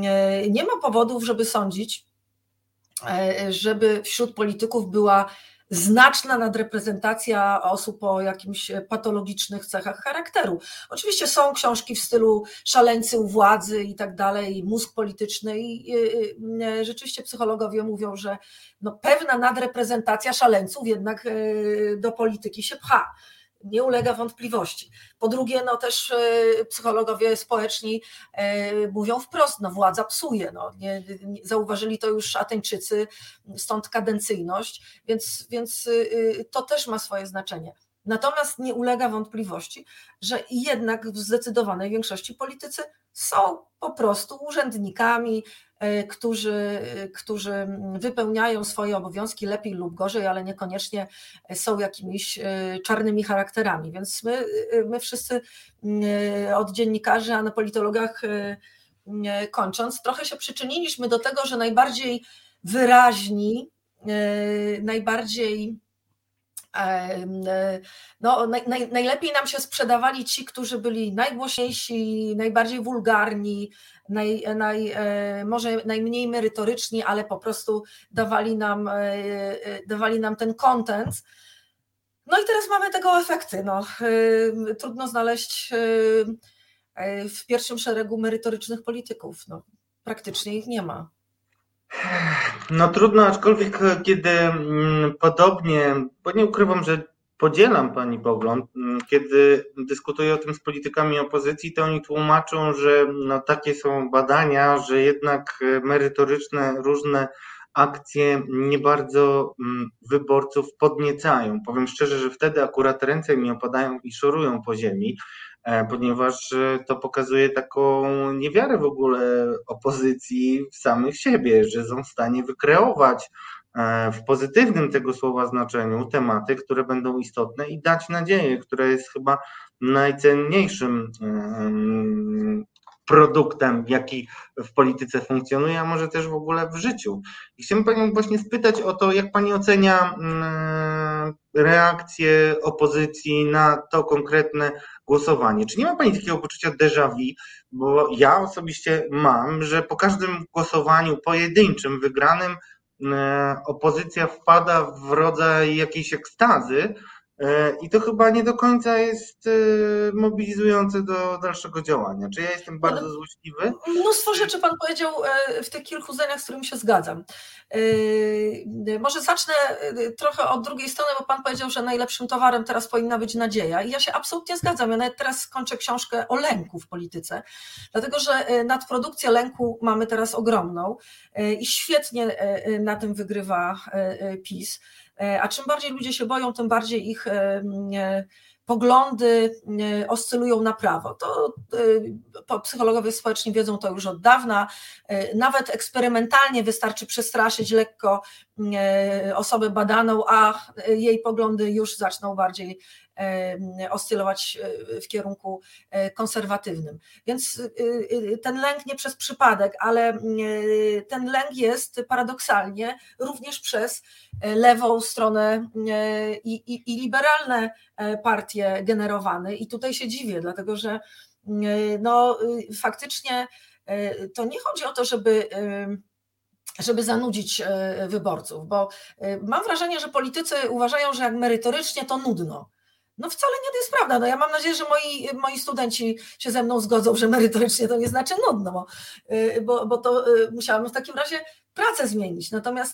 nie ma powodów, żeby sądzić, żeby wśród polityków była znaczna nadreprezentacja osób o jakimś patologicznych cechach charakteru. Oczywiście są książki w stylu Szaleńcy u władzy i tak dalej, mózg polityczny i rzeczywiście psychologowie mówią, że no pewna nadreprezentacja szaleńców jednak do polityki się pcha. Nie ulega wątpliwości. Po drugie, no też psychologowie społeczni mówią wprost, no władza psuje, no, nie, nie, zauważyli to już Ateńczycy, stąd kadencyjność, więc, więc to też ma swoje znaczenie. Natomiast nie ulega wątpliwości, że jednak w zdecydowanej większości politycy są po prostu urzędnikami, którzy, którzy wypełniają swoje obowiązki lepiej lub gorzej, ale niekoniecznie są jakimiś czarnymi charakterami. Więc my, my wszyscy od dziennikarzy, a na politologach kończąc, trochę się przyczyniliśmy do tego, że najbardziej wyraźni, najbardziej no, naj, naj, najlepiej nam się sprzedawali ci, którzy byli najgłośniejsi, najbardziej wulgarni, naj, naj, może najmniej merytoryczni, ale po prostu dawali nam, dawali nam ten content. No i teraz mamy tego efekty. No, trudno znaleźć w pierwszym szeregu merytorycznych polityków. No, praktycznie ich nie ma. No trudno, aczkolwiek kiedy podobnie, bo nie ukrywam, że podzielam pani pogląd, kiedy dyskutuję o tym z politykami opozycji, to oni tłumaczą, że no takie są badania, że jednak merytoryczne różne akcje nie bardzo wyborców podniecają. Powiem szczerze, że wtedy akurat ręce mi opadają i szorują po ziemi, ponieważ to pokazuje taką niewiarę w ogóle opozycji w samych siebie, że są w stanie wykreować w pozytywnym tego słowa znaczeniu tematy, które będą istotne i dać nadzieję, która jest chyba najcenniejszym produktem, jaki w polityce funkcjonuje, a może też w ogóle w życiu. I chciałbym panią właśnie spytać o to, jak pani ocenia reakcję opozycji na to konkretne głosowanie. Czy nie ma pani takiego poczucia déjà vu? Bo ja osobiście mam, że po każdym głosowaniu pojedynczym, wygranym, opozycja wpada w rodzaj jakiejś ekstazy i to chyba nie do końca jest mobilizujące do dalszego działania. Czy ja jestem bardzo złośliwy? Mnóstwo rzeczy pan powiedział w tych kilku zdaniach, z którymi się zgadzam. Może zacznę trochę od drugiej strony, bo pan powiedział, że najlepszym towarem teraz powinna być nadzieja. I ja się absolutnie zgadzam. Ja nawet teraz kończę książkę o lęku w polityce, dlatego że nadprodukcję lęku mamy teraz ogromną i świetnie na tym wygrywa PiS. A czym bardziej ludzie się boją, tym bardziej ich poglądy oscylują na prawo. To psychologowie społeczni wiedzą to już od dawna. Nawet eksperymentalnie wystarczy przestraszyć lekko osobę badaną, a jej poglądy już zaczną bardziej oscylować w kierunku konserwatywnym. Więc ten lęk nie przez przypadek, ale ten lęk jest paradoksalnie również przez lewą stronę i, i, i liberalne partie generowany. I tutaj się dziwię, dlatego że no, faktycznie to nie chodzi o to, żeby żeby zanudzić wyborców, bo mam wrażenie, że politycy uważają, że jak merytorycznie to nudno. No wcale nie to jest prawda. No ja mam nadzieję, że moi, moi studenci się ze mną zgodzą, że merytorycznie to nie znaczy nudno, bo, bo, bo to musiałam w takim razie pracę zmienić. Natomiast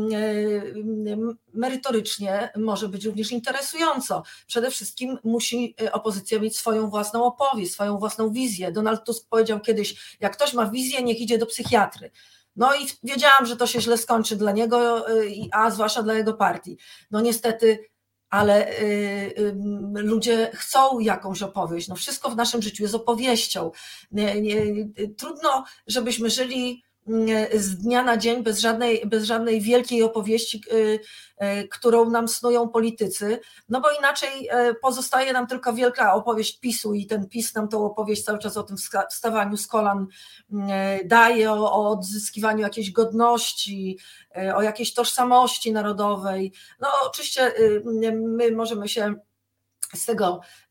merytorycznie może być również interesująco. Przede wszystkim musi opozycja mieć swoją własną opowieść, swoją własną wizję. Donald Tusk powiedział kiedyś, jak ktoś ma wizję, niech idzie do psychiatry. No i wiedziałam, że to się źle skończy dla niego, a zwłaszcza dla jego partii. No niestety, ale ludzie chcą jakąś opowieść. No wszystko w naszym życiu jest opowieścią. Nie, nie, trudno, żebyśmy żyli z dnia na dzień bez żadnej, bez żadnej wielkiej opowieści, którą nam snują politycy, no bo inaczej pozostaje nam tylko wielka opowieść PiSu i ten PiS nam tą opowieść cały czas o tym wstawaniu z kolan daje, o, o odzyskiwaniu jakiejś godności, o jakiejś tożsamości narodowej. No oczywiście my możemy się z tego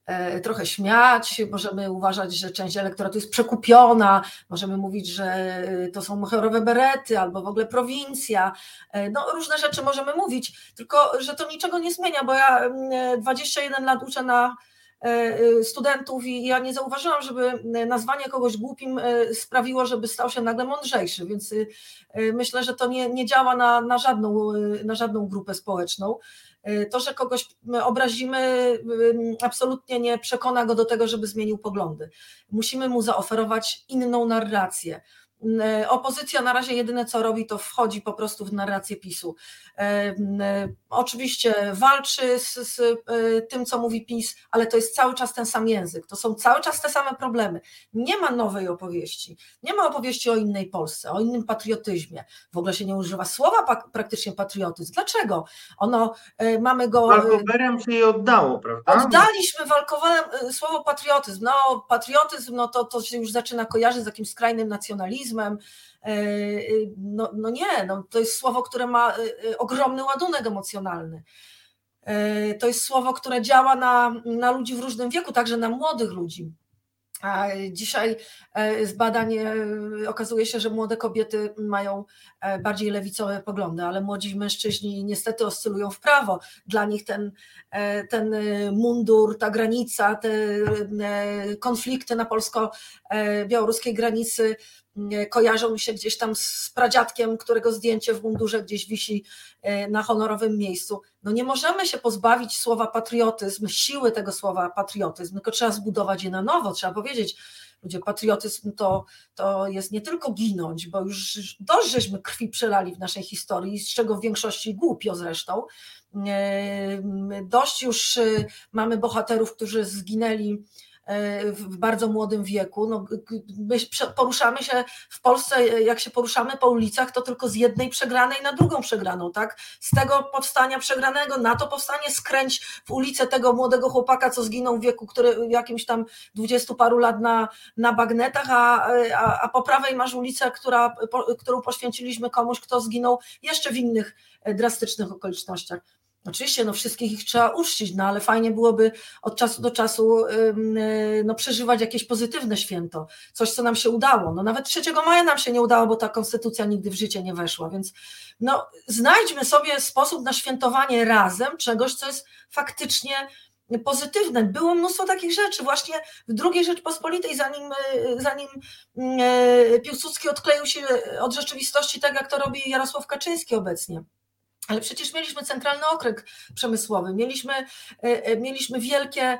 trochę śmiać, możemy uważać, że część elektoratu jest przekupiona, możemy mówić, że to są moherowe berety albo w ogóle prowincja, no różne rzeczy możemy mówić, tylko że to niczego nie zmienia, bo ja dwadzieścia jeden lat uczę na studentów i ja nie zauważyłam, żeby nazwanie kogoś głupim sprawiło, żeby stał się nagle mądrzejszy, więc myślę, że to nie, nie działa na, na, żadną, na żadną grupę społeczną. To, że kogoś obrazimy, absolutnie nie przekona go do tego, żeby zmienił poglądy. Musimy mu zaoferować inną narrację. Opozycja na razie jedyne co robi, to wchodzi po prostu w narrację PiSu. Oczywiście walczy z, z tym, co mówi PiS, ale to jest cały czas ten sam język, to są cały czas te same problemy. Nie ma nowej opowieści, nie ma opowieści o innej Polsce, o innym patriotyzmie. W ogóle się nie używa słowa praktycznie patriotyzm. Dlaczego? Ono, mamy go... Walkowerem się je oddało, prawda? Oddaliśmy walkowerem słowo patriotyzm. No patriotyzm, no to, to się już zaczyna kojarzyć z jakimś skrajnym nacjonalizmem. No, no nie, no to jest słowo, które ma ogromny ładunek emocjonalny. To jest słowo, które działa na, na ludzi w różnym wieku, także na młodych ludzi. A dzisiaj z badań okazuje się, że młode kobiety mają bardziej lewicowe poglądy, ale młodzi mężczyźni niestety oscylują w prawo. Dla nich ten, ten mundur, ta granica, te konflikty na polsko-białoruskiej granicy kojarzą mi się gdzieś tam z pradziadkiem, którego zdjęcie w mundurze gdzieś wisi na honorowym miejscu. No nie możemy się pozbawić słowa patriotyzm, siły tego słowa patriotyzm, tylko trzeba zbudować je na nowo, trzeba powiedzieć, ludzie, patriotyzm to, to jest nie tylko ginąć, bo już dość żeśmy krwi przelali w naszej historii, z czego w większości głupio zresztą. Dość już mamy bohaterów, którzy zginęli w bardzo młodym wieku. No, my poruszamy się w Polsce, jak się poruszamy po ulicach, to tylko z jednej przegranej na drugą przegraną, tak? Z tego powstania przegranego na to powstanie skręć w ulicę tego młodego chłopaka, co zginął w wieku, który jakimś tam dwudziestu paru lat na, na bagnetach, a, a, a po prawej masz ulicę, która, po, którą poświęciliśmy komuś, kto zginął jeszcze w innych drastycznych okolicznościach. Oczywiście no wszystkich ich trzeba uczcić, no ale fajnie byłoby od czasu do czasu no, przeżywać jakieś pozytywne święto, coś co nam się udało. No nawet trzeciego maja nam się nie udało, bo ta konstytucja nigdy w życie nie weszła, więc no, znajdźmy sobie sposób na świętowanie razem czegoś, co jest faktycznie pozytywne. Było mnóstwo takich rzeczy właśnie w drugiej Rzeczpospolitej, zanim, zanim Piłsudski odkleił się od rzeczywistości tak, jak to robi Jarosław Kaczyński obecnie. Ale przecież mieliśmy Centralny Okręg Przemysłowy, mieliśmy, mieliśmy wielkie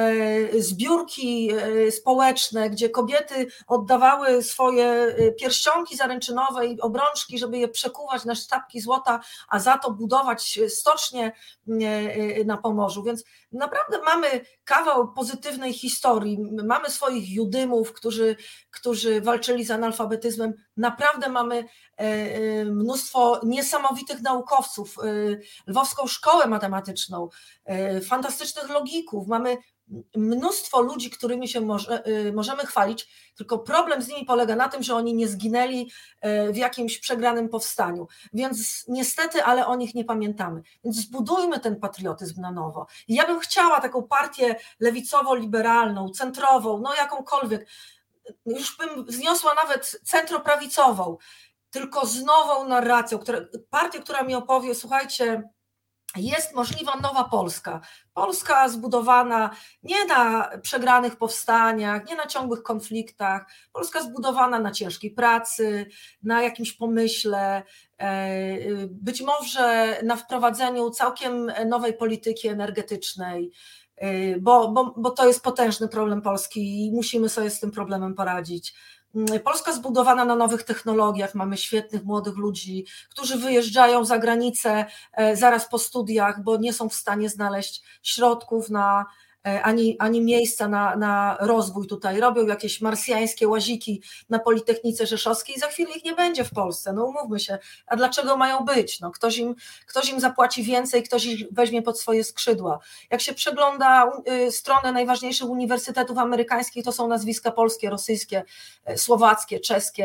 zbiórki społeczne, gdzie kobiety oddawały swoje pierścionki zaręczynowe i obrączki, żeby je przekuwać na sztabki złota, a za to budować stocznie na Pomorzu. Więc naprawdę mamy kawał pozytywnej historii, mamy swoich judymów, którzy, którzy walczyli z analfabetyzmem, naprawdę mamy mnóstwo niesamowitych naukowców, Lwowską Szkołę Matematyczną, fantastycznych logików, mamy mnóstwo ludzi, którymi się może, możemy chwalić, tylko problem z nimi polega na tym, że oni nie zginęli w jakimś przegranym powstaniu, więc niestety, ale o nich nie pamiętamy, więc zbudujmy ten patriotyzm na nowo. I ja bym chciała taką partię lewicowo-liberalną, centrową, no jakąkolwiek, już bym zniosła nawet centroprawicową, tylko z nową narracją, która, partię, która mi opowie, słuchajcie, jest możliwa nowa Polska. Polska zbudowana nie na przegranych powstaniach, nie na ciągłych konfliktach. Polska zbudowana na ciężkiej pracy, na jakimś pomyśle, być może na wprowadzeniu całkiem nowej polityki energetycznej, bo, bo, bo to jest potężny problem Polski i musimy sobie z tym problemem poradzić. Polska zbudowana na nowych technologiach, mamy świetnych młodych ludzi, którzy wyjeżdżają za granicę zaraz po studiach, bo nie są w stanie znaleźć środków na, ani, ani miejsca na, na rozwój tutaj. Robią jakieś marsjańskie łaziki na Politechnice Rzeszowskiej i za chwilę ich nie będzie w Polsce, no umówmy się. A dlaczego mają być? No, ktoś im, ktoś im zapłaci więcej, ktoś ich weźmie pod swoje skrzydła. Jak się przegląda stronę najważniejszych uniwersytetów amerykańskich, to są nazwiska polskie, rosyjskie, słowackie, czeskie.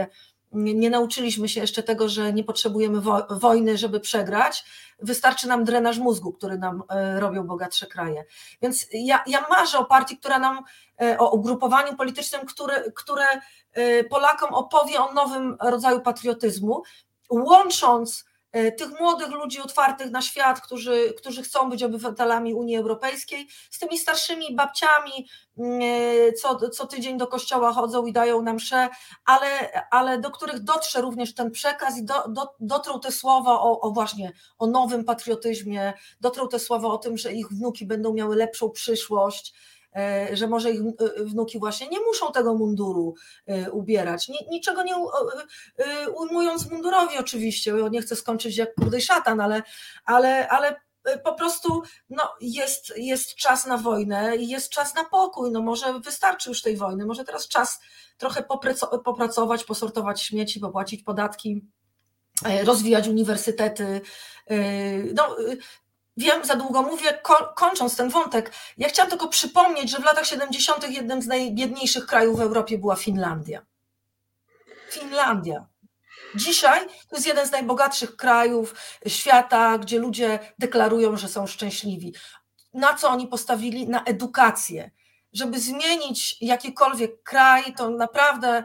nie, nie nauczyliśmy się jeszcze tego, że nie potrzebujemy wo- wojny, żeby przegrać. Wystarczy nam drenaż mózgu, który nam e, robią bogatsze kraje. Więc ja, ja marzę o partii, która nam, e, o ugrupowaniu politycznym, które, które e, Polakom opowie o nowym rodzaju patriotyzmu, łącząc tych młodych ludzi otwartych na świat, którzy, którzy chcą być obywatelami Unii Europejskiej, z tymi starszymi babciami, co, co tydzień do kościoła chodzą i dają nam mszę, ale, ale do których dotrze również ten przekaz i do, do, dotrą te słowa o, o właśnie o nowym patriotyzmie, dotrą te słowa o tym, że ich wnuki będą miały lepszą przyszłość, że może ich wnuki właśnie nie muszą tego munduru ubierać, niczego nie ujmując mundurowi oczywiście, bo nie chcę skończyć jak kurdej szatan, ale, ale, ale po prostu no, jest, jest czas na wojnę i jest czas na pokój, no może wystarczy już tej wojny, może teraz czas trochę popracować, posortować śmieci, popłacić podatki, rozwijać uniwersytety, no wiem, za długo mówię, kończąc ten wątek, ja chciałam tylko przypomnieć, że w latach siedemdziesiątych jednym z najbiedniejszych krajów w Europie była Finlandia. Finlandia. Dzisiaj to jest jeden z najbogatszych krajów świata, gdzie ludzie deklarują, że są szczęśliwi. Na co oni postawili? Na edukację. Żeby zmienić jakikolwiek kraj, to naprawdę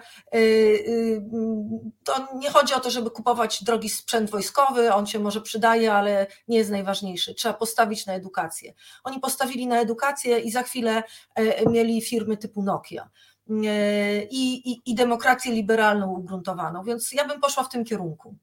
to nie chodzi o to, żeby kupować drogi sprzęt wojskowy, on się może przydaje, ale nie jest najważniejszy. Trzeba postawić na edukację. Oni postawili na edukację i za chwilę mieli firmy typu Nokia i, i, i demokrację liberalną ugruntowaną, więc ja bym poszła w tym kierunku.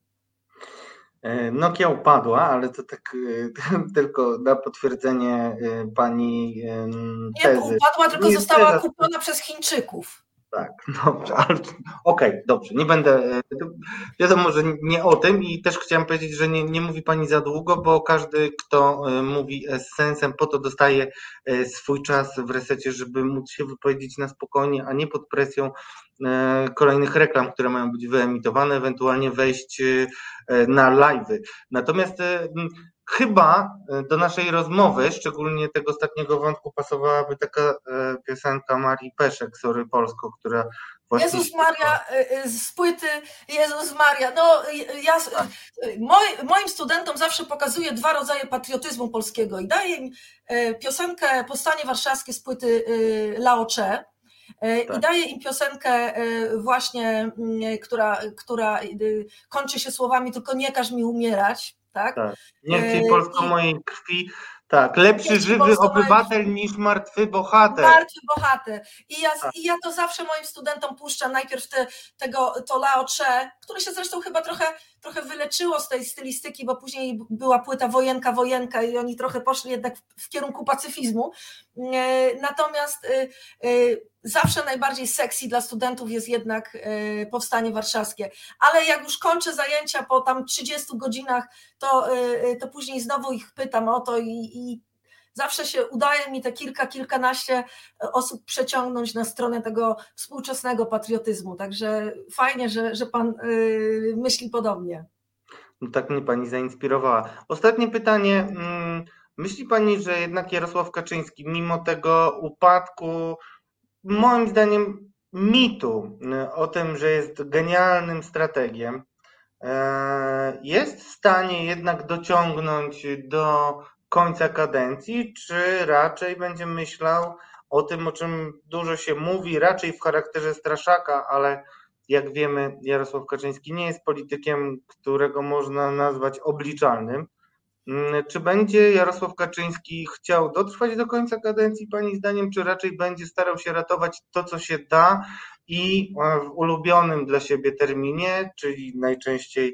Nokia upadła, ale to tak tylko na potwierdzenie pani tezy. Nie upadła, tylko nie została teza... kupiona przez Chińczyków. Tak, dobrze, ale okej, okay, dobrze, nie będę, wiadomo, że nie o tym i też chciałem powiedzieć, że nie, nie mówi pani za długo, bo każdy, kto mówi z sensem, po to dostaje swój czas w resecie, żeby móc się wypowiedzieć na spokojnie, a nie pod presją kolejnych reklam, które mają być wyemitowane, ewentualnie wejść na live'y. Natomiast chyba do naszej rozmowy, szczególnie tego ostatniego wątku, pasowałaby taka piosenka Marii Peszek, Sorry Polsko, która właśnie... Jezus Maria, z płyty Jezus Maria, no ja moi, moim studentom zawsze pokazuję dwa rodzaje patriotyzmu polskiego i daję im piosenkę Powstanie Warszawskie z płyty Lao Che, i daje im piosenkę właśnie, która, która kończy się słowami tylko nie każ mi umierać. Tak? Tak. Nie chcij Polsko mojej krwi. Tak, lepszy żywy obywatel mojej... niż martwy bohater. Martwy bohater. I ja, tak. I ja to zawsze moim studentom puszczam. Najpierw te, tego, to Lao Che, które się zresztą chyba trochę, trochę wyleczyło z tej stylistyki, bo później była płyta Wojenka, Wojenka i oni trochę poszli jednak w, w kierunku pacyfizmu. Natomiast zawsze najbardziej sexy dla studentów jest jednak Powstanie Warszawskie. Ale jak już kończę zajęcia po tam trzydziestu godzinach, to, to później znowu ich pytam o to i, i zawsze się udaje mi te kilka, kilkanaście osób przeciągnąć na stronę tego współczesnego patriotyzmu. Także fajnie, że, że pan myśli podobnie. No tak mnie pani zainspirowała. Ostatnie pytanie. Myśli pani, że jednak Jarosław Kaczyński, mimo tego upadku, moim zdaniem mitu o tym, że jest genialnym strategiem, jest w stanie jednak dociągnąć do końca kadencji, czy raczej będzie myślał o tym, o czym dużo się mówi, raczej w charakterze straszaka, ale jak wiemy, Jarosław Kaczyński nie jest politykiem, którego można nazwać obliczalnym. Czy będzie Jarosław Kaczyński chciał dotrwać do końca kadencji, pani zdaniem, czy raczej będzie starał się ratować to, co się da i w ulubionym dla siebie terminie, czyli najczęściej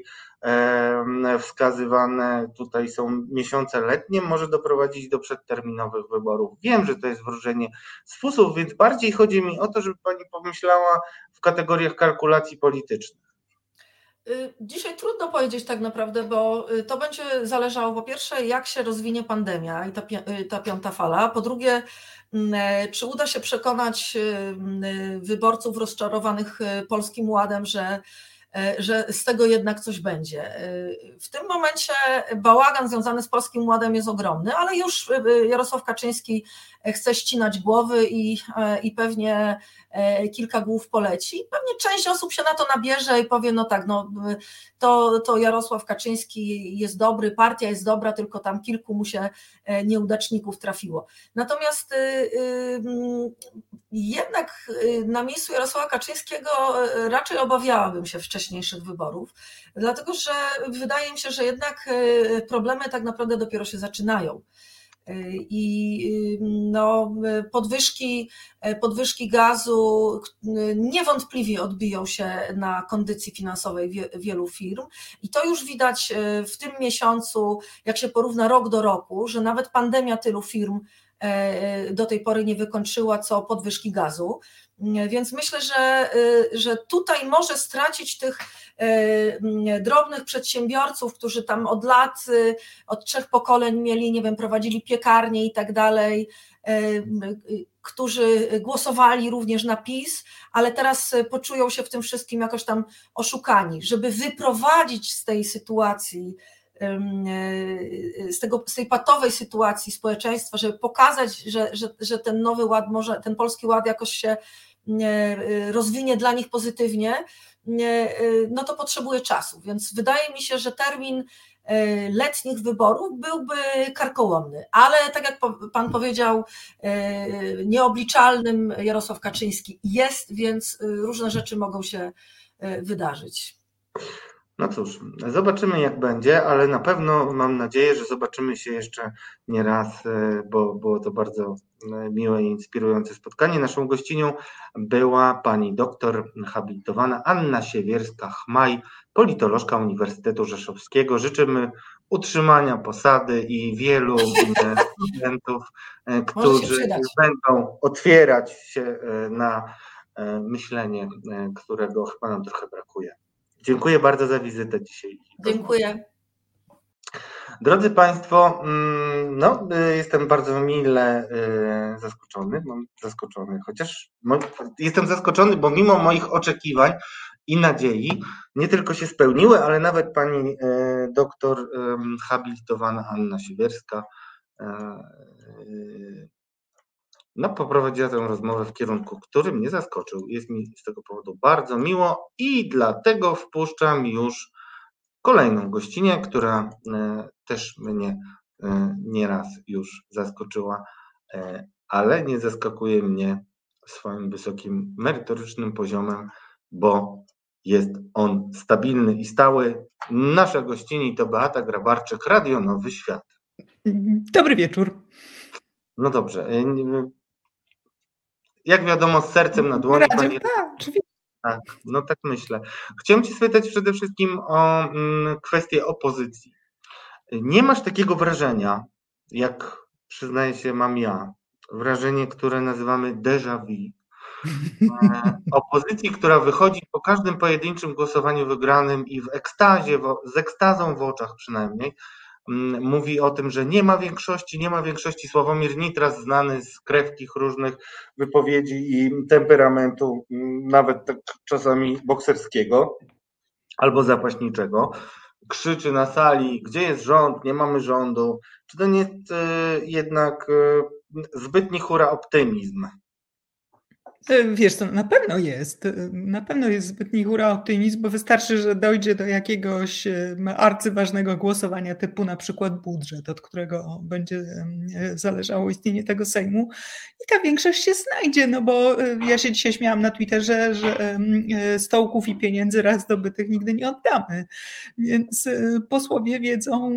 wskazywane tutaj są miesiące letnie, może doprowadzić do przedterminowych wyborów. Wiem, że to jest wróżenie z fusów, więc bardziej chodzi mi o to, żeby pani pomyślała w kategoriach kalkulacji politycznych. Dzisiaj trudno powiedzieć tak naprawdę, bo to będzie zależało po pierwsze, jak się rozwinie pandemia i ta, ta piąta fala, po drugie, czy uda się przekonać wyborców rozczarowanych Polskim Ładem, że że z tego jednak coś będzie. W tym momencie bałagan związany z Polskim Ładem jest ogromny, ale już Jarosław Kaczyński chce ścinać głowy i, i pewnie kilka głów poleci. Pewnie część osób się na to nabierze i powie, no tak, no to, to Jarosław Kaczyński jest dobry, partia jest dobra, tylko tam kilku mu się nieudaczników trafiło. Natomiast jednak na miejscu Jarosława Kaczyńskiego raczej obawiałabym się wcześniejszych wyborów, dlatego że wydaje mi się, że jednak problemy tak naprawdę dopiero się zaczynają. I no, podwyżki, podwyżki gazu niewątpliwie odbiją się na kondycji finansowej wielu firm i to już widać w tym miesiącu, jak się porówna rok do roku, że nawet pandemia tylu firm do tej pory nie wykończyła co podwyżki gazu. Więc myślę, że, że tutaj może stracić tych drobnych przedsiębiorców, którzy tam od lat, od trzech pokoleń mieli, nie wiem, prowadzili piekarnie i tak dalej, którzy głosowali również na PiS, ale teraz poczują się w tym wszystkim jakoś tam oszukani. Żeby wyprowadzić z tej sytuacji, z, tego, z tej patowej sytuacji społeczeństwa, żeby pokazać, że, że, że ten nowy ład może, ten Polski Ład jakoś się rozwinie dla nich pozytywnie, no to potrzebuje czasu, więc wydaje mi się, że termin letnich wyborów byłby karkołomny, ale tak jak pan powiedział, nieobliczalnym Jarosław Kaczyński jest, więc różne rzeczy mogą się wydarzyć. No cóż, zobaczymy jak będzie, ale na pewno mam nadzieję, że zobaczymy się jeszcze nie raz, bo było to bardzo miłe i inspirujące spotkanie. Naszą gościnią była pani doktor habilitowana Anna Siewierska-Chmaj, politolożka Uniwersytetu Rzeszowskiego. Życzymy utrzymania posady i wielu studentów, którzy będą otwierać się na myślenie, którego chyba nam trochę brakuje. Dziękuję bardzo za wizytę dzisiaj. Dziękuję. Drodzy Państwo, no, jestem bardzo mile zaskoczony, zaskoczony, chociaż jestem zaskoczony, bo mimo moich oczekiwań i nadziei nie tylko się spełniły, ale nawet pani doktor habilitowana Anna Siewierska no, poprowadziła tę rozmowę w kierunku, który mnie zaskoczył. Jest mi z tego powodu bardzo miło i dlatego wpuszczam już kolejną gościnę, która też mnie nieraz już zaskoczyła, ale nie zaskakuje mnie swoim wysokim merytorycznym poziomem, bo jest on stabilny i stały. Nasza gościni to Beata Grabarczyk, Radio Nowy Świat. Dobry wieczór. No dobrze. Jak wiadomo, z sercem na dłoni. Radio, pani... tak, oczywiście. Tak, no tak myślę. Chciałem Cię spytać przede wszystkim o mm, kwestię opozycji. Nie masz takiego wrażenia, jak przyznaję się mam ja, wrażenie, które nazywamy déjà vu. E, opozycji, która wychodzi po każdym pojedynczym głosowaniu wygranym i w ekstazie, w, z ekstazą w oczach przynajmniej, m, mówi o tym, że nie ma większości, nie ma większości. Sławomir Nitras, znany z krewkich różnych wypowiedzi i temperamentu, m, nawet tak czasami bokserskiego albo zapaśniczego, krzyczy na sali, gdzie jest rząd, nie mamy rządu. Czy to nie jest e, jednak e, zbytni hura optymizm? Wiesz co, na pewno jest, na pewno jest zbytni hura optymizm, bo wystarczy, że dojdzie do jakiegoś arcyważnego głosowania typu na przykład budżet, od którego będzie zależało istnienie tego Sejmu i ta większość się znajdzie, no bo ja się dzisiaj śmiałam na Twitterze, że stołków i pieniędzy raz zdobytych nigdy nie oddamy, więc posłowie wiedzą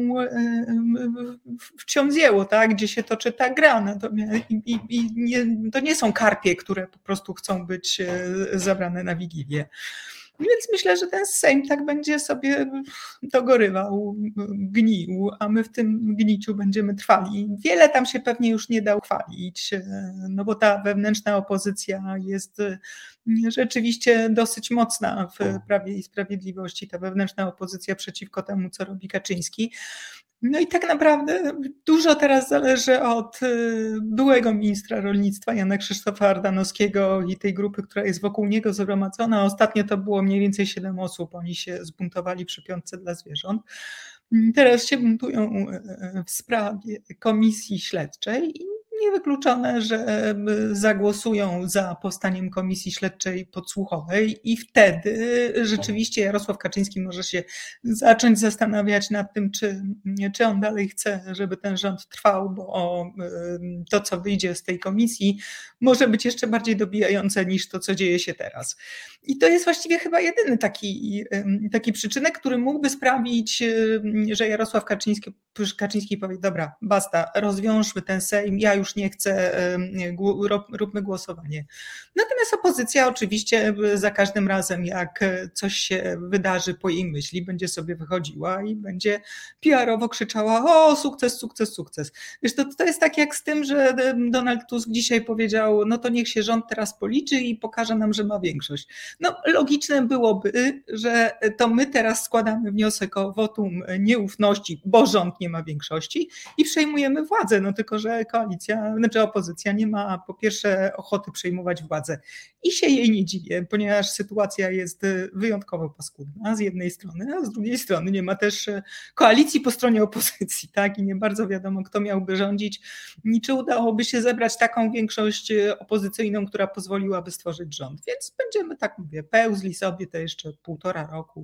w czym zjęło, tak, gdzie się toczy ta gra, natomiast i, i, i nie, to nie są karpie, które po prostu chcą być zabrane na Wigilię. Więc myślę, że ten Sejm tak będzie sobie dogorywał, gnił, a my w tym gniciu będziemy trwali. Wiele tam się pewnie już nie da uchwalić, no bo ta wewnętrzna opozycja jest rzeczywiście dosyć mocna w Prawie i Sprawiedliwości, ta wewnętrzna opozycja przeciwko temu, co robi Kaczyński. No i tak naprawdę dużo teraz zależy od byłego ministra rolnictwa Jana Krzysztofa Ardanowskiego i tej grupy, która jest wokół niego zgromadzona. Ostatnio to było mniej więcej siedem osób, oni się zbuntowali przy piątce dla zwierząt. Teraz się buntują w sprawie komisji śledczej i niewykluczone, że zagłosują za powstaniem komisji śledczej podsłuchowej i wtedy rzeczywiście Jarosław Kaczyński może się zacząć zastanawiać nad tym, czy, czy on dalej chce, żeby ten rząd trwał, bo to, co wyjdzie z tej komisji, może być jeszcze bardziej dobijające niż to, co dzieje się teraz. I to jest właściwie chyba jedyny taki, taki przyczynek, który mógłby sprawić, że Jarosław Kaczyński, Kaczyński powie, dobra, basta, rozwiążmy ten Sejm, ja już nie chcę, róbmy głosowanie. Natomiast opozycja oczywiście za każdym razem, jak coś się wydarzy po jej myśli, będzie sobie wychodziła i będzie P R-owo krzyczała, o sukces, sukces, sukces. Wiesz, to, to jest tak jak z tym, że Donald Tusk dzisiaj powiedział, no to niech się rząd teraz policzy i pokaże nam, że ma większość. No logiczne byłoby, że to my teraz składamy wniosek o wotum nieufności, bo rząd nie ma większości i przejmujemy władzę, no tylko że koalicja, znaczy opozycja nie ma po pierwsze ochoty przejmować władzę i się jej nie dziwię, ponieważ sytuacja jest wyjątkowo paskudna z jednej strony, a z drugiej strony nie ma też koalicji po stronie opozycji, tak, i nie bardzo wiadomo, kto miałby rządzić i czy udałoby się zebrać taką większość opozycyjną, która pozwoliłaby stworzyć rząd, więc będziemy, tak mówię, pełzli sobie to jeszcze półtora roku.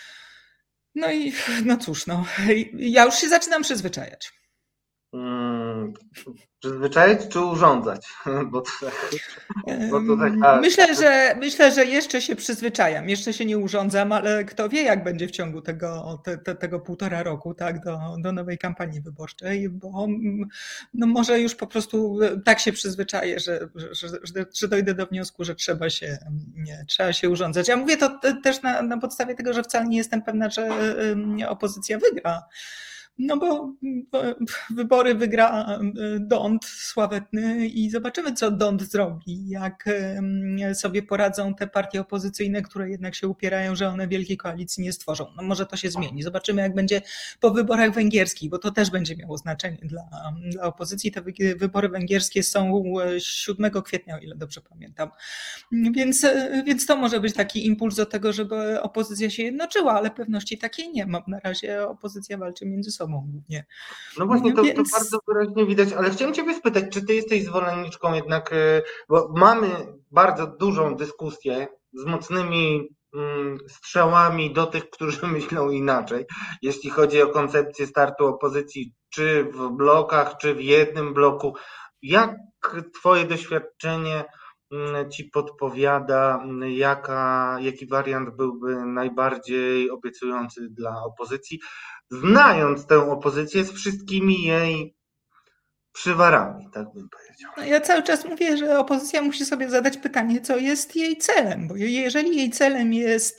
No i no cóż, no, ja już się zaczynam przyzwyczajać. Hmm, przyzwyczaić czy urządzać? Bo to, bo to taka... myślę, że, myślę, że jeszcze się przyzwyczajam, jeszcze się nie urządzam, ale kto wie, jak będzie w ciągu tego, te, te, tego półtora roku, tak, do, do nowej kampanii wyborczej, bo no może już po prostu tak się przyzwyczaję, że, że, że, że dojdę do wniosku, że trzeba się, nie, trzeba się urządzać. Ja mówię to też na, na podstawie tego, że wcale nie jestem pewna, że opozycja wygra. No bo wybory wygra Dont sławetny i zobaczymy, co Dont zrobi, jak sobie poradzą te partie opozycyjne, które jednak się upierają, że one wielkiej koalicji nie stworzą. No może to się zmieni. Zobaczymy, jak będzie po wyborach węgierskich, bo to też będzie miało znaczenie dla, dla opozycji. Te wybory węgierskie są siódmego kwietnia, o ile dobrze pamiętam. Więc, więc to może być taki impuls do tego, żeby opozycja się jednoczyła, ale pewności takiej nie mam. Na razie opozycja walczy między sobą. Głównie. No właśnie, to, Więc... to bardzo wyraźnie widać, ale chciałem Ciebie spytać, czy Ty jesteś zwolenniczką jednak, bo mamy bardzo dużą dyskusję z mocnymi strzałami do tych, którzy myślą inaczej, jeśli chodzi o koncepcję startu opozycji, czy w blokach, czy w jednym bloku. Jak Twoje doświadczenie Ci podpowiada, jaka, jaki wariant byłby najbardziej obiecujący dla opozycji, znając tę opozycję z wszystkimi jej przywarami, tak bym powiedział. No ja cały czas mówię, że opozycja musi sobie zadać pytanie, co jest jej celem, bo jeżeli jej celem jest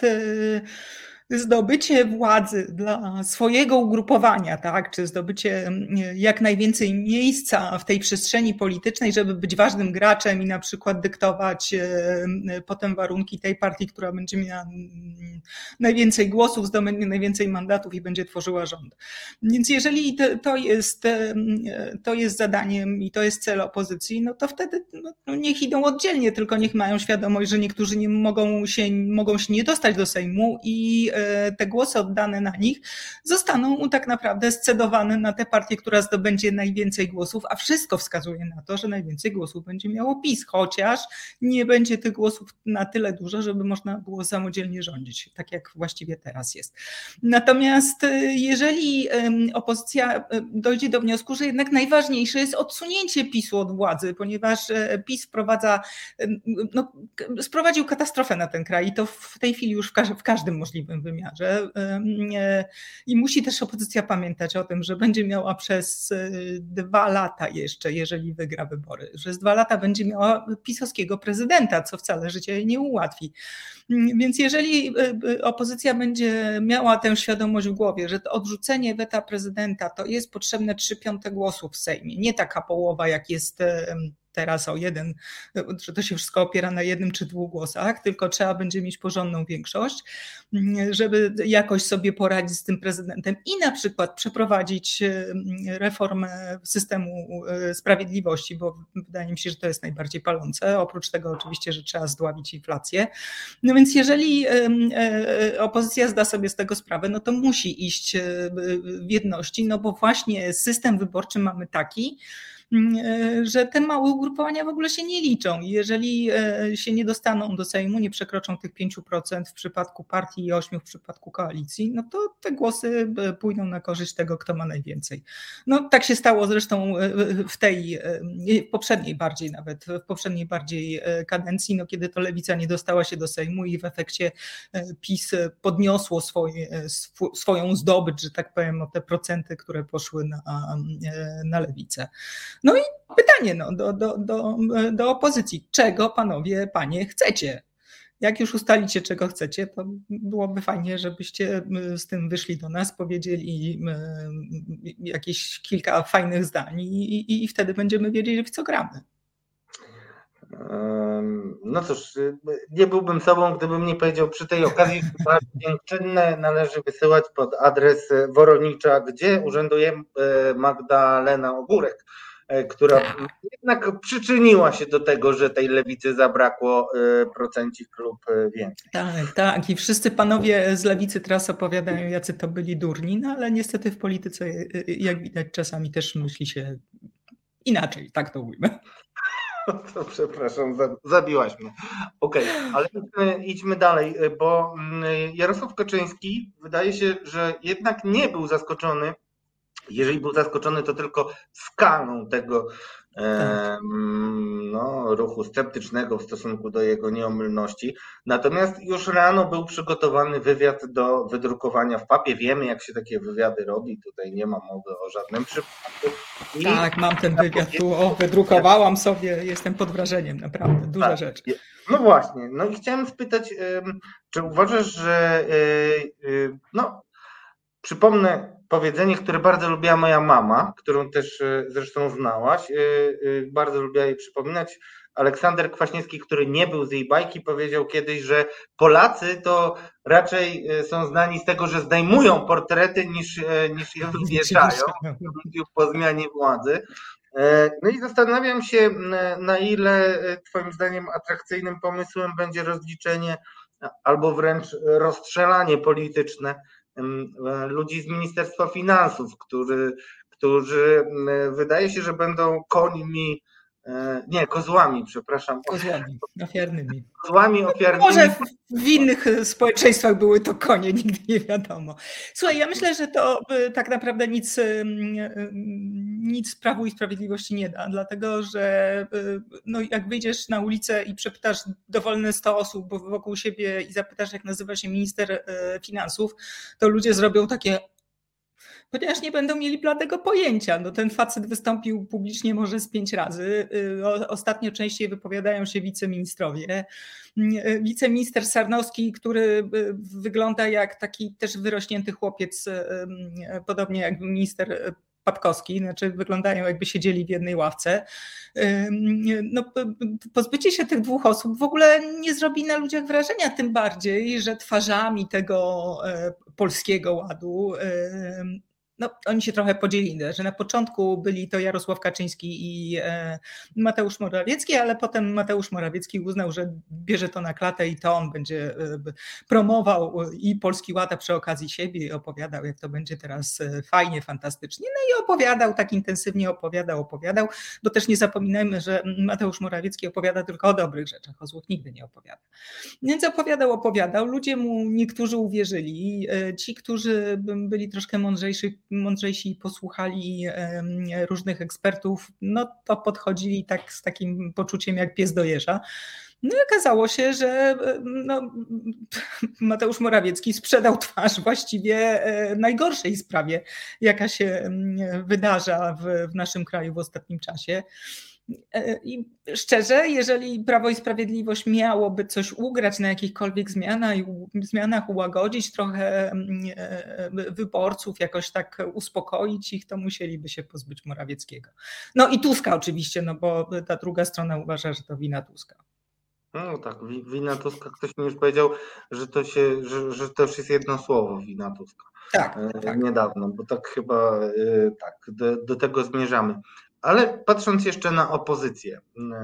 zdobycie władzy dla swojego ugrupowania, tak, czy zdobycie jak najwięcej miejsca w tej przestrzeni politycznej, żeby być ważnym graczem i na przykład dyktować potem warunki tej partii, która będzie miała najwięcej głosów, zdobędzie najwięcej mandatów i będzie tworzyła rząd. Więc jeżeli to jest, to jest zadaniem i to jest cel opozycji, no to wtedy no niech idą oddzielnie, tylko niech mają świadomość, że niektórzy nie mogą się, mogą się nie dostać do Sejmu i te głosy oddane na nich zostaną tak naprawdę scedowane na tę partię, która zdobędzie najwięcej głosów, a wszystko wskazuje na to, że najwięcej głosów będzie miało PiS, chociaż nie będzie tych głosów na tyle dużo, żeby można było samodzielnie rządzić, tak jak właściwie teraz jest. Natomiast jeżeli opozycja dojdzie do wniosku, że jednak najważniejsze jest odsunięcie PiSu od władzy, ponieważ PiS wprowadza, no, sprowadził katastrofę na ten kraj i to w tej chwili już w, każ- w każdym możliwym wymiarze. I musi też opozycja pamiętać o tym, że będzie miała przez dwa lata jeszcze, jeżeli wygra wybory, że przez dwa lata będzie miała pisowskiego prezydenta, co wcale życie jej nie ułatwi. Więc jeżeli opozycja będzie miała tę świadomość w głowie, że to odrzucenie weta prezydenta to jest potrzebne trzy piąte głosów w Sejmie, nie taka połowa, jak jest teraz o jeden, że to się wszystko opiera na jednym czy dwóch głosach, tylko trzeba będzie mieć porządną większość, żeby jakoś sobie poradzić z tym prezydentem i na przykład przeprowadzić reformę systemu sprawiedliwości, bo wydaje mi się, że to jest najbardziej palące. Oprócz tego oczywiście, że trzeba zdławić inflację. No więc jeżeli opozycja zda sobie z tego sprawę, no to musi iść w jedności, no bo właśnie system wyborczy mamy taki, że te małe ugrupowania w ogóle się nie liczą. I jeżeli się nie dostaną do Sejmu, nie przekroczą tych pięć procent w przypadku partii i osiem procent w przypadku koalicji, no to te głosy pójdą na korzyść tego, kto ma najwięcej. No tak się stało zresztą w tej, w poprzedniej bardziej nawet, w poprzedniej bardziej kadencji, no kiedy to Lewica nie dostała się do Sejmu i w efekcie PiS podniosło swoje, swoją zdobycz, że tak powiem, o te procenty, które poszły na, na Lewicę. No i pytanie no, do, do, do, do opozycji. Czego panowie, panie chcecie? Jak już ustalicie, czego chcecie, to byłoby fajnie, żebyście z tym wyszli do nas, powiedzieli jakieś kilka fajnych zdań i, i, i wtedy będziemy wiedzieć, w co gramy. No cóż, nie byłbym sobą, gdybym nie powiedział przy tej okazji, że dziękczynne należy wysyłać pod adres Woronicza, gdzie urzęduje Magdalena Ogórek, która tak. jednak przyczyniła się do tego, że tej lewicy zabrakło procencik lub więcej. Tak, tak. I wszyscy panowie z lewicy teraz opowiadają, jacy to byli durni, no ale niestety w polityce, jak widać, czasami też myśli się inaczej, tak to ujmę. To przepraszam, zabiłaś mnie. Okej, okay, ale idźmy, idźmy dalej, bo Jarosław Kaczyński wydaje się, że jednak nie był zaskoczony. Jeżeli był zaskoczony, to tylko skalą tego e, no, ruchu sceptycznego w stosunku do jego nieomylności. Natomiast już rano był przygotowany wywiad do wydrukowania w papie. Wiemy, jak się takie wywiady robi. Tutaj nie ma mowy o żadnym przypadku. I tak, mam ten wywiad tu. O, wydrukowałam sobie. Jestem pod wrażeniem. Naprawdę duża tak. rzecz. No właśnie. No i chciałem spytać, czy uważasz, że no, przypomnę powiedzenie, które bardzo lubiła moja mama, którą też zresztą znałaś, bardzo lubiła jej przypominać. Aleksander Kwaśniewski, który nie był z jej bajki, powiedział kiedyś, że Polacy to raczej są znani z tego, że zdejmują portrety niż, niż je wywieszają po zmianie władzy. No i zastanawiam się, na ile twoim zdaniem atrakcyjnym pomysłem będzie rozliczenie albo wręcz rozstrzelanie polityczne ludzi z Ministerstwa Finansów, który, którzy wydaje się, że będą końmi, nie, kozłami, przepraszam. Kozłami ofiarnymi. Kozłami ofiarnymi. Może w, w innych społeczeństwach były to konie, nigdy nie wiadomo. Słuchaj, ja myślę, że to tak naprawdę nic, nic Prawu i Sprawiedliwości nie da, dlatego że no, jak wyjdziesz na ulicę i przepytasz dowolne sto osób wokół siebie i zapytasz, jak nazywa się minister finansów, to ludzie zrobią takie... Ponieważ nie będą mieli bladego pojęcia. No, ten facet wystąpił publicznie może z pięć razy. Ostatnio częściej wypowiadają się wiceministrowie. Wiceminister Sarnowski, który wygląda jak taki też wyrośnięty chłopiec, podobnie jak minister Patkowski, znaczy wyglądają jakby siedzieli w jednej ławce. No, pozbycie się tych dwóch osób w ogóle nie zrobi na ludziach wrażenia, tym bardziej, że twarzami tego polskiego ładu no, oni się trochę podzielili, że na początku byli to Jarosław Kaczyński i Mateusz Morawiecki, ale potem Mateusz Morawiecki uznał, że bierze to na klatę i to on będzie promował i Polski Ład, a przy okazji siebie i opowiadał, jak to będzie teraz fajnie, fantastycznie. No i opowiadał, tak intensywnie opowiadał, opowiadał, bo też nie zapominajmy, że Mateusz Morawiecki opowiada tylko o dobrych rzeczach, o złych nigdy nie opowiada. Więc opowiadał, opowiadał, ludzie mu niektórzy uwierzyli, ci, którzy byli troszkę mądrzejsi, mądrzejsi i posłuchali różnych ekspertów, no to podchodzili tak z takim poczuciem jak pies do jeża. No i okazało się, że no, Mateusz Morawiecki sprzedał twarz właściwie najgorszej sprawie, jaka się wydarza w, w naszym kraju w ostatnim czasie. I szczerze, jeżeli Prawo i Sprawiedliwość miałoby coś ugrać na jakichkolwiek zmianach, zmianach ułagodzić trochę wyborców, jakoś tak uspokoić ich, to musieliby się pozbyć Morawieckiego. No i Tuska oczywiście, no bo ta druga strona uważa, że to wina Tuska. No tak, wina Tuska, ktoś mi już powiedział, że to się, że, że to już jest jedno słowo, wina Tuska. Tak, tak. Niedawno, bo tak chyba tak, do, do tego zmierzamy. Ale patrząc jeszcze na opozycję,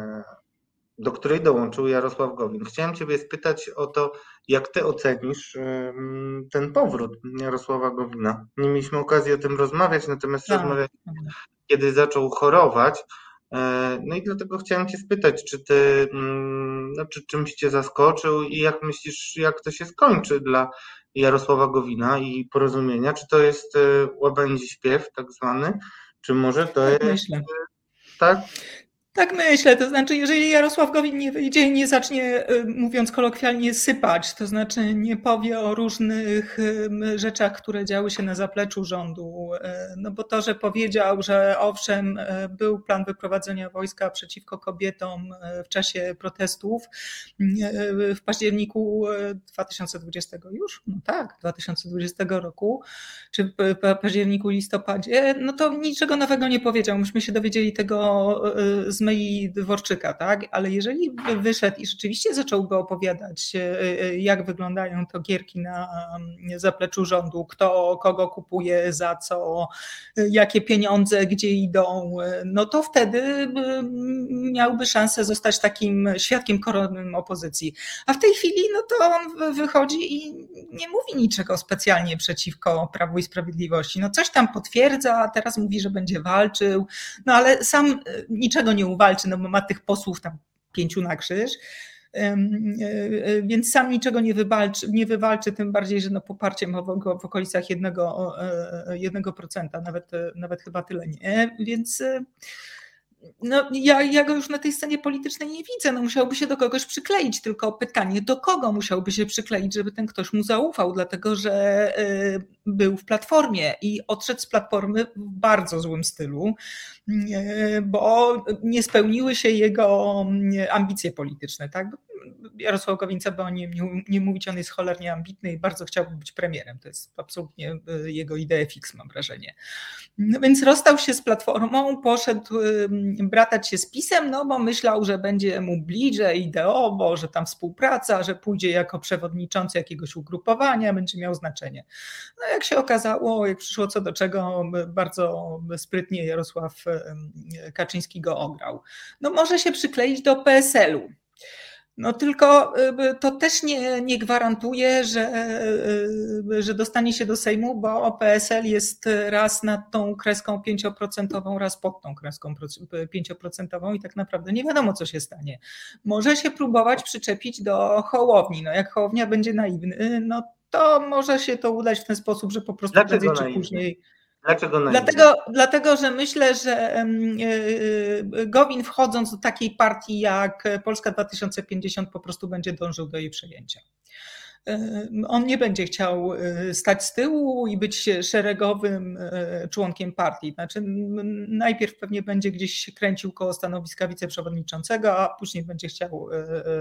do której dołączył Jarosław Gowin, chciałem Ciebie spytać o to, jak Ty ocenisz ten powrót Jarosława Gowina. Nie mieliśmy okazji o tym rozmawiać, natomiast tak. rozmawialiśmy, kiedy zaczął chorować. No i dlatego chciałem Cię spytać, czy Ty, no, czy czymś Cię zaskoczył i jak myślisz, jak to się skończy dla Jarosława Gowina i Porozumienia? Czy to jest łabędzi śpiew tak zwany, czy może to tak jest... Myślę. Tak? Tak myślę, to znaczy jeżeli Jarosław Gowin nie wyjdzie i nie zacznie, mówiąc kolokwialnie, sypać, to znaczy nie powie o różnych rzeczach, które działy się na zapleczu rządu, no bo to, że powiedział, że owszem, był plan wyprowadzenia wojska przeciwko kobietom w czasie protestów w październiku dwa tysiące dwudziestego już? No tak, dwa tysiące dwudziestego roku, czy w październiku, listopadzie, no to niczego nowego nie powiedział. Myśmy się dowiedzieli tego z maili Dworczyka, tak? Ale jeżeli by wyszedł i rzeczywiście zacząłby opowiadać, jak wyglądają to gierki na zapleczu rządu, kto kogo kupuje, za co, jakie pieniądze, gdzie idą, no to wtedy miałby szansę zostać takim świadkiem koronnym opozycji. A w tej chwili no to on wychodzi i nie mówi niczego specjalnie przeciwko Prawu i Sprawiedliwości. No coś tam potwierdza, a teraz mówi, że będzie walczył, no ale sam niczego nie uwalczy, no bo ma tych posłów tam pięciu na krzyż, więc sam niczego nie wywalczy, nie wywalczy, tym bardziej, że no poparcie ma w okolicach jednego, jednego procenta, nawet, nawet chyba tyle nie, więc no, ja, ja go już na tej scenie politycznej nie widzę, no musiałby się do kogoś przykleić, tylko pytanie, do kogo musiałby się przykleić, żeby ten ktoś mu zaufał, dlatego że był w Platformie i odszedł z Platformy w bardzo złym stylu, bo nie spełniły się jego ambicje polityczne, tak? Jarosław Gowin, by o nim nie, nie mówić, on jest cholernie ambitny i bardzo chciałby być premierem. To jest absolutnie jego idea fix, mam wrażenie. No więc rozstał się z Platformą, poszedł bratać się z PiS-em, no bo myślał, że będzie mu bliżej ideowo, że tam współpraca, że pójdzie jako przewodniczący jakiegoś ugrupowania, będzie miał znaczenie. No jak się okazało, jak przyszło co do czego, bardzo sprytnie Jarosław Kaczyński go ograł. No może się przykleić do P S L-u. No tylko to też nie, nie gwarantuje, że, że dostanie się do Sejmu, bo P S L jest raz nad tą kreską pięcioprocentową, raz pod tą kreską pięcioprocentową i tak naprawdę nie wiadomo, co się stanie. Może się próbować przyczepić do Hołowni. No jak Hołownia będzie naiwny, no to może się to udać w ten sposób, że po prostu prędzej czy później... Dlaczego dlatego, dlatego, że myślę, że Gowin wchodząc do takiej partii jak Polska dwa tysiące pięćdziesiąt po prostu będzie dążył do jej przejęcia. On nie będzie chciał stać z tyłu i być szeregowym członkiem partii. Znaczy, najpierw pewnie będzie gdzieś się kręcił koło stanowiska wiceprzewodniczącego, a później będzie chciał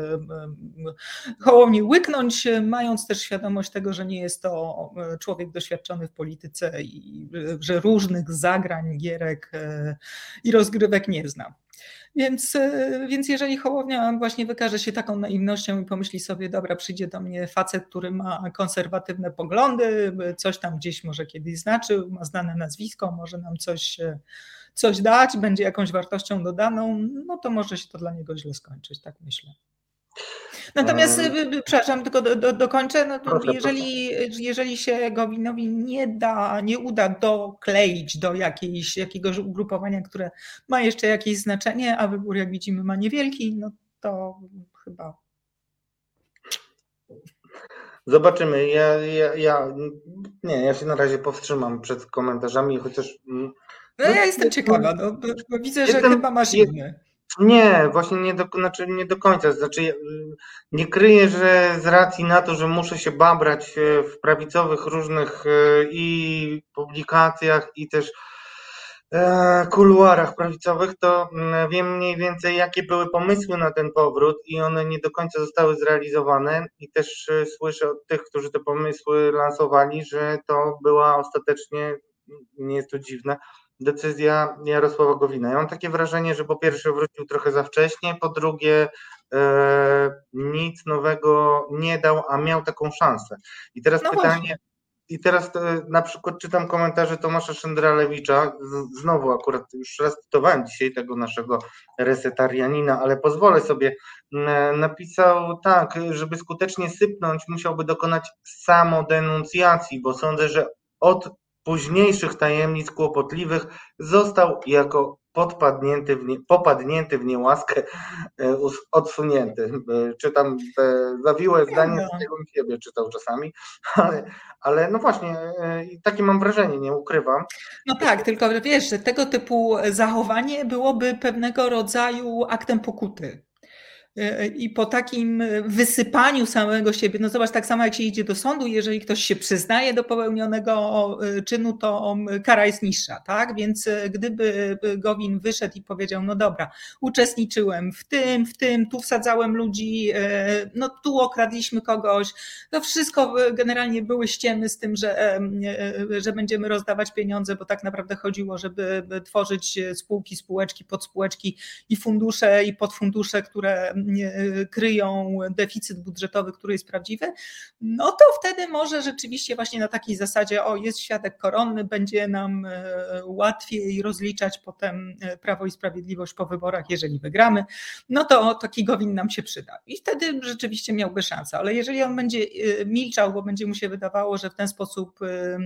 Hołownię łyknąć, mając też świadomość tego, że nie jest to człowiek doświadczony w polityce i że różnych zagrań, gierek i rozgrywek nie zna. Więc, więc jeżeli Hołownia właśnie wykaże się taką naiwnością i pomyśli sobie, dobra, przyjdzie do mnie facet, który ma konserwatywne poglądy, coś tam gdzieś może kiedyś znaczył, ma znane nazwisko, może nam coś, coś dać, będzie jakąś wartością dodaną, no to może się to dla niego źle skończyć, tak myślę. Natomiast, um, przepraszam, tylko do, do, dokończę, no to proszę, jeżeli, proszę. jeżeli się Gowinowi nie da, nie uda dokleić do jakiejś, jakiegoś ugrupowania, które ma jeszcze jakieś znaczenie, a wybór, jak widzimy, ma niewielki, no to chyba... Zobaczymy. Ja, ja, ja, nie, ja się na razie powstrzymam przed komentarzami, chociaż... No, no ja jestem ciekawa, no, bo widzę, jestem, że chyba masz inny. Nie, właśnie nie do, znaczy nie do końca. Znaczy, nie kryję, że z racji na to, że muszę się babrać w prawicowych różnych i publikacjach i też e, kuluarach prawicowych, to mm, wiem mniej więcej, jakie były pomysły na ten powrót i one nie do końca zostały zrealizowane i też e, słyszę od tych, którzy te pomysły lansowali, że to była ostatecznie, nie jest to dziwne, decyzja Jarosława Gowina. Ja mam takie wrażenie, że po pierwsze wrócił trochę za wcześnie, po drugie e, nic nowego nie dał, a miał taką szansę. I teraz No pytanie, właśnie. i teraz e, na przykład czytam komentarze Tomasza Szyndralewicza, z, znowu akurat już raz cytowałem dzisiaj tego naszego resetarianina, ale pozwolę sobie, m, napisał tak, żeby skutecznie sypnąć, musiałby dokonać samodenuncjacji, bo sądzę, że od późniejszych tajemnic kłopotliwych został jako podpadnięty w nie, popadnięty w niełaskę e, us- odsunięty. E, Czytam te zawiłe zdanie, Prawda. takiego siebie czytał czasami, ale, ale no właśnie, e, i takie mam wrażenie, nie ukrywam. No tak, tylko wiesz, że tego typu zachowanie byłoby pewnego rodzaju aktem pokuty. I po takim wysypaniu samego siebie, no zobacz, tak samo jak się idzie do sądu, jeżeli ktoś się przyznaje do popełnionego czynu, to kara jest niższa, tak? Więc gdyby Gowin wyszedł i powiedział, no dobra, uczestniczyłem w tym, w tym, tu wsadzałem ludzi, no tu okradliśmy kogoś, to wszystko generalnie były ściemy z tym, że, że będziemy rozdawać pieniądze, bo tak naprawdę chodziło, żeby tworzyć spółki, spółeczki, podspółeczki i fundusze i podfundusze, które kryją deficyt budżetowy, który jest prawdziwy, no to wtedy może rzeczywiście właśnie na takiej zasadzie, o jest świadek koronny, będzie nam łatwiej rozliczać potem Prawo i Sprawiedliwość po wyborach, jeżeli wygramy, no to taki Gowin nam się przyda. I wtedy rzeczywiście miałby szansę, ale jeżeli on będzie milczał, bo będzie mu się wydawało, że w ten sposób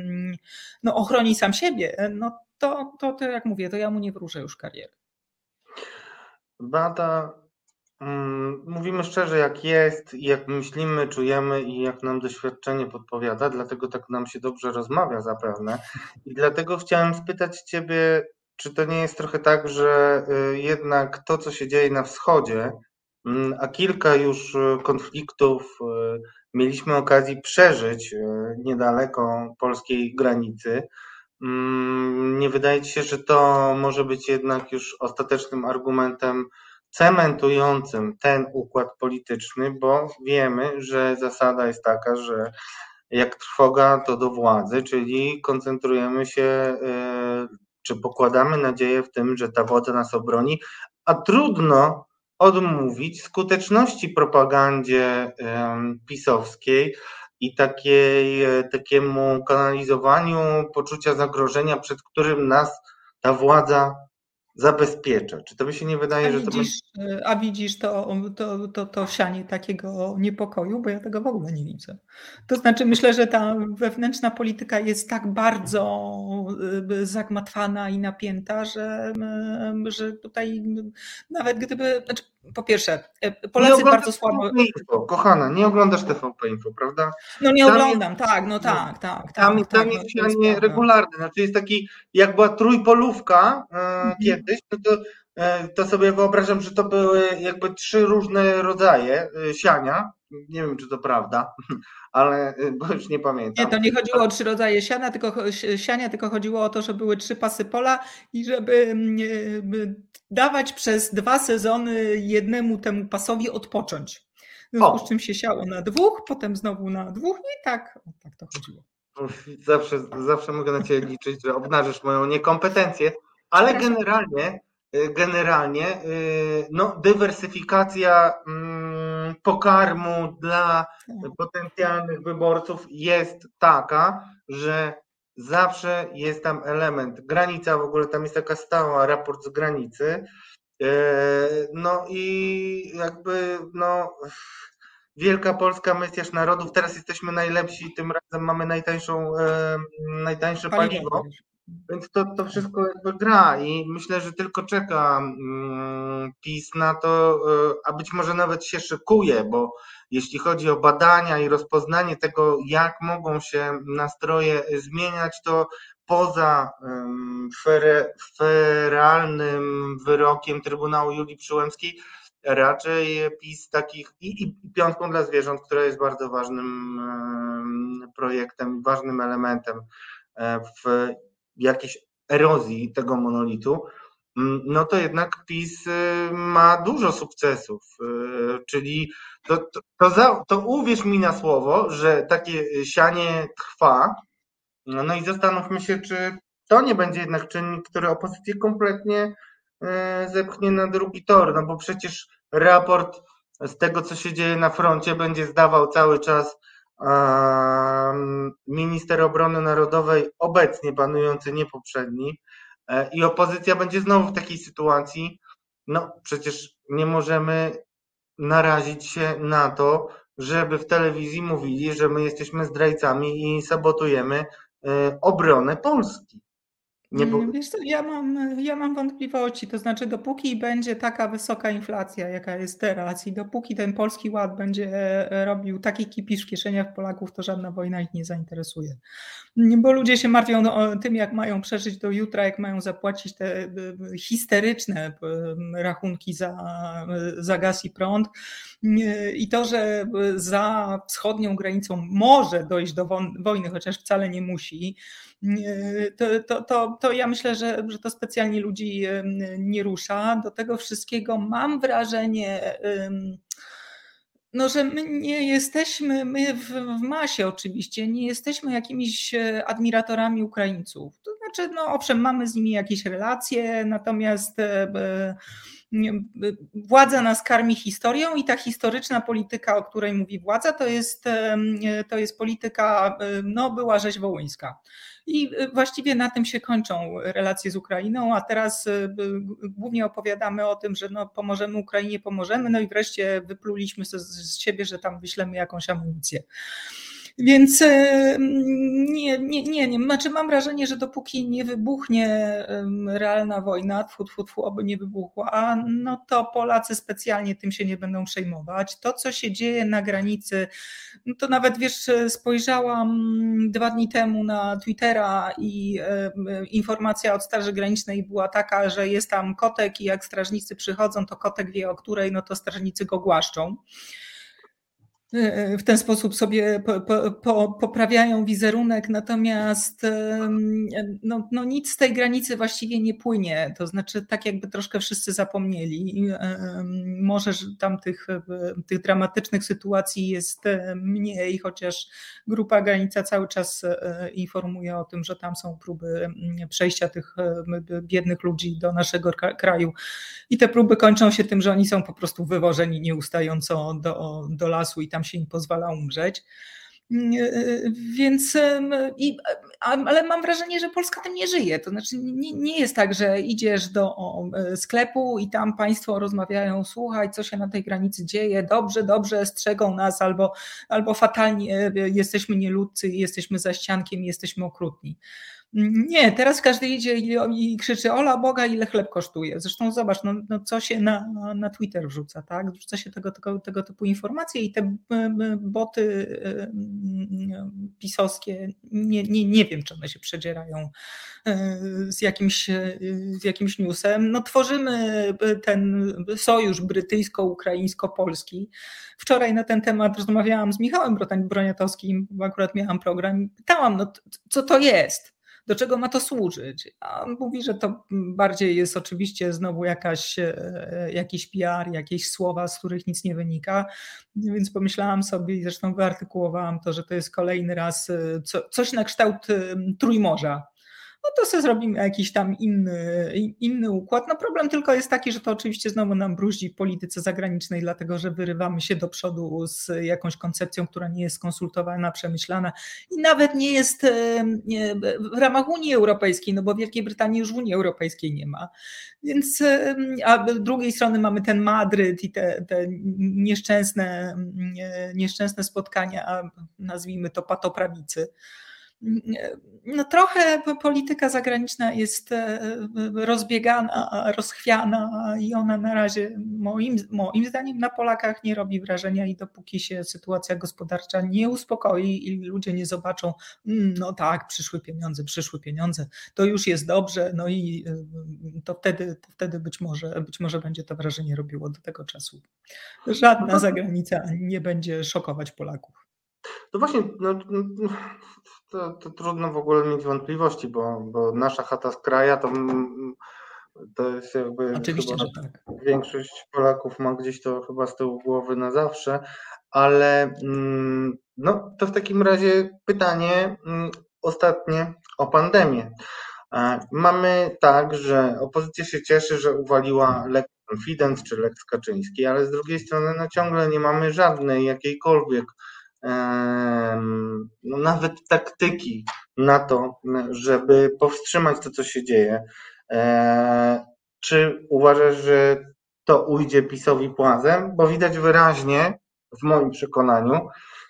no, ochroni sam siebie, no to, to, to jak mówię, to ja mu nie wróżę już kariery. Beata, mówimy szczerze, jak jest, jak myślimy, czujemy i jak nam doświadczenie podpowiada, dlatego tak nam się dobrze rozmawia zapewne. I dlatego chciałem spytać Ciebie, czy to nie jest trochę tak, że jednak to, co się dzieje na wschodzie, a kilka już konfliktów mieliśmy okazji przeżyć niedaleko polskiej granicy, nie wydaje Ci się, że to może być jednak już ostatecznym argumentem cementującym ten układ polityczny, bo wiemy, że zasada jest taka, że jak trwoga, to do władzy, czyli koncentrujemy się, czy pokładamy nadzieję w tym, że ta władza nas obroni, a trudno odmówić skuteczności propagandzie pisowskiej i takiej, takiemu kanalizowaniu poczucia zagrożenia, przed którym nas ta władza zabezpiecza. Czy to by się nie wydaje, A że to będzie... widzisz, a widzisz to, to, to, to sianie takiego niepokoju, bo ja tego w ogóle nie widzę. To znaczy myślę, że ta wewnętrzna polityka jest tak bardzo zagmatwana i napięta, że, że tutaj nawet gdyby, znaczy po pierwsze, Polacy bardzo słabo... T V P Info, kochana, nie oglądasz T V P Info, prawda? No nie Tam oglądam, jest, tak, no tak, tak, tam, tak. tam tak, jest no, sianie regularne, znaczy jest taki, jak była trójpolówka e, mhm. kiedyś, no to, e, to sobie wyobrażam, że to były jakby trzy różne rodzaje e, siania, nie wiem, czy to prawda, ale bo już nie pamiętam. Nie, to nie chodziło o trzy rodzaje siana, tylko, siania, tylko chodziło o to, że były trzy pasy pola i żeby dawać przez dwa sezony jednemu temu pasowi odpocząć. W związku z czym się siało na dwóch, potem znowu na dwóch i tak, tak to chodziło. Zawsze, zawsze mogę na Ciebie liczyć, że obnażysz moją niekompetencję, ale generalnie, generalnie no, dywersyfikacja pokarmu dla potencjalnych wyborców jest taka, że zawsze jest tam element, granica w ogóle, tam jest taka stała raport z granicy, no i jakby no Wielka Polska, Mesjasz Narodów, teraz jesteśmy najlepsi, tym razem mamy najtańszą, najtańsze paliwo, paliwo. Więc to, to wszystko jakby gra i myślę, że tylko czeka PiS na to, a być może nawet się szykuje, bo jeśli chodzi o badania i rozpoznanie tego, jak mogą się nastroje zmieniać, to poza feralnym wyrokiem Trybunału Julii Przyłębskiej raczej PiS takich i, i piątką dla zwierząt, która jest bardzo ważnym projektem, ważnym elementem w jakiejś erozji tego monolitu, no to jednak PiS ma dużo sukcesów, czyli to, to, to, za, to uwierz mi na słowo, że takie sianie trwa, no i zastanówmy się, czy to nie będzie jednak czynnik, który opozycję kompletnie zepchnie na drugi tor, no bo przecież raport z tego, co się dzieje na froncie, będzie zdawał cały czas minister obrony narodowej, obecnie panujący, nie poprzedni, i opozycja będzie znowu w takiej sytuacji, no przecież nie możemy narazić się na to, żeby w telewizji mówili, że my jesteśmy zdrajcami i sabotujemy obronę Polski. Nie, bo... Wiesz co, ja mam, ja mam wątpliwości, to znaczy dopóki będzie taka wysoka inflacja, jaka jest teraz i dopóki ten Polski Ład będzie robił taki kipisz w kieszeniach Polaków, to żadna wojna ich nie zainteresuje. Bo ludzie się martwią tym, jak mają przeżyć do jutra, jak mają zapłacić te histeryczne rachunki za, za gaz i prąd. I to, że za wschodnią granicą może dojść do wojny, chociaż wcale nie musi, to, to, to, to ja myślę, że, że to specjalnie ludzi nie rusza. Do tego wszystkiego mam wrażenie, no, że my nie jesteśmy, my w, w masie oczywiście, nie jesteśmy jakimiś admiratorami Ukraińców. To znaczy, no owszem, mamy z nimi jakieś relacje, natomiast władza nas karmi historią i ta historyczna polityka, o której mówi władza, to jest, to jest polityka, no była rzeź wołyńska. I właściwie na tym się kończą relacje z Ukrainą, a teraz głównie opowiadamy o tym, że no pomożemy Ukrainie, pomożemy, no i wreszcie wypluliśmy z siebie, że tam wyślemy jakąś amunicję. Więc nie, nie, nie, nie. Znaczy mam wrażenie, że dopóki nie wybuchnie realna wojna, tfu, tfu, tfu, oby nie wybuchła, no to Polacy specjalnie tym się nie będą przejmować. To, co się dzieje na granicy, no to nawet wiesz, spojrzałam dwa dni temu na Twittera i informacja od Straży Granicznej była taka, że jest tam kotek i jak strażnicy przychodzą, to kotek wie o której, no to strażnicy go głaszczą. W ten sposób sobie po, po, po, poprawiają wizerunek, natomiast no, no nic z tej granicy właściwie nie płynie, to znaczy tak jakby troszkę wszyscy zapomnieli. Może tam tych, tych dramatycznych sytuacji jest mniej, chociaż Grupa Granica cały czas informuje o tym, że tam są próby przejścia tych biednych ludzi do naszego kraju i te próby kończą się tym, że oni są po prostu wywożeni nieustająco do, do lasu i tam się im pozwala umrzeć. Więc, i, ale mam wrażenie, że Polska tym nie żyje. To znaczy nie, nie jest tak, że idziesz do sklepu i tam państwo rozmawiają, słuchaj, co się na tej granicy dzieje, dobrze, dobrze, strzegą nas, albo, albo fatalnie, jesteśmy nieludcy, jesteśmy za ściankiem, jesteśmy okrutni. Nie, teraz każdy idzie i, i krzyczy, ola Boga, ile chleb kosztuje. Zresztą zobacz, no, no co się na, na Twitter wrzuca, tak? Wrzuca się tego, tego, tego typu informacje i te boty pisowskie, nie, nie, nie wiem, czy one się przedzierają z jakimś, z jakimś newsem. No tworzymy ten sojusz brytyjsko-ukraińsko-polski. Wczoraj na ten temat rozmawiałam z Michałem Broniatowskim, bo akurat miałam program i pytałam, no co to jest? Do czego ma to służyć? A on mówi, że to bardziej jest oczywiście znowu jakaś, jakiś P R, jakieś słowa, z których nic nie wynika, więc pomyślałam sobie i zresztą wyartykułowałam to, że to jest kolejny raz co, coś na kształt Trójmorza. No to sobie zrobimy jakiś tam inny, inny układ. No problem tylko jest taki, że to oczywiście znowu nam bruździ w polityce zagranicznej, dlatego że wyrywamy się do przodu z jakąś koncepcją, która nie jest skonsultowana, przemyślana i nawet nie jest nie, w ramach Unii Europejskiej, no bo Wielkiej Brytanii już w Unii Europejskiej nie ma. Więc, a z drugiej strony mamy ten Madryt i te, te nieszczęsne, nieszczęsne spotkania, nazwijmy to patoprawicy. No trochę polityka zagraniczna jest rozbiegana, rozchwiana i ona na razie moim, moim zdaniem na Polakach nie robi wrażenia i dopóki się sytuacja gospodarcza nie uspokoi i ludzie nie zobaczą, no tak, przyszły pieniądze, przyszły pieniądze, to już jest dobrze, no i to wtedy, to wtedy być może, być może będzie to wrażenie robiło do tego czasu. Żadna zagranica nie będzie szokować Polaków. To właśnie, no, to, to trudno w ogóle mieć wątpliwości, bo, bo nasza chata z kraja to, to jest jakby Oczywiście, chyba że tak. większość Polaków ma gdzieś to chyba z tyłu głowy na zawsze, ale no to w takim razie pytanie ostatnie o pandemię. Mamy tak, że opozycja się cieszy, że uwaliła lex Confidence czy lex Kaczyński, ale z drugiej strony no ciągle nie mamy żadnej jakiejkolwiek no nawet taktyki na to, żeby powstrzymać to, co się dzieje. Czy uważasz, że to ujdzie PiS-owi płazem? Bo widać wyraźnie, w moim przekonaniu,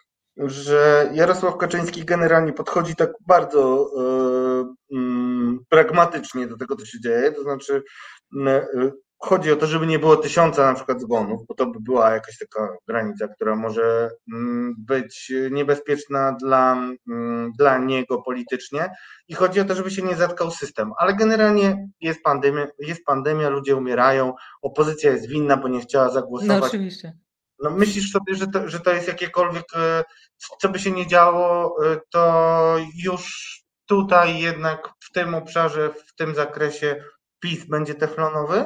że Jarosław Kaczyński generalnie podchodzi tak bardzo yy, yy, pragmatycznie do tego, co się dzieje, to znaczy yy, chodzi o to, żeby nie było tysiąca na przykład zgonów, bo to by była jakaś taka granica, która może yy, być niebezpieczna dla, yy, dla niego politycznie i chodzi o to, żeby się nie zatkał system, ale generalnie jest pandemia, jest pandemia, ludzie umierają, opozycja jest winna, bo nie chciała zagłosować. No oczywiście. No myślisz sobie, że to, że to jest jakiekolwiek, co by się nie działo, to już tutaj jednak w tym obszarze, w tym zakresie PiS będzie teflonowy?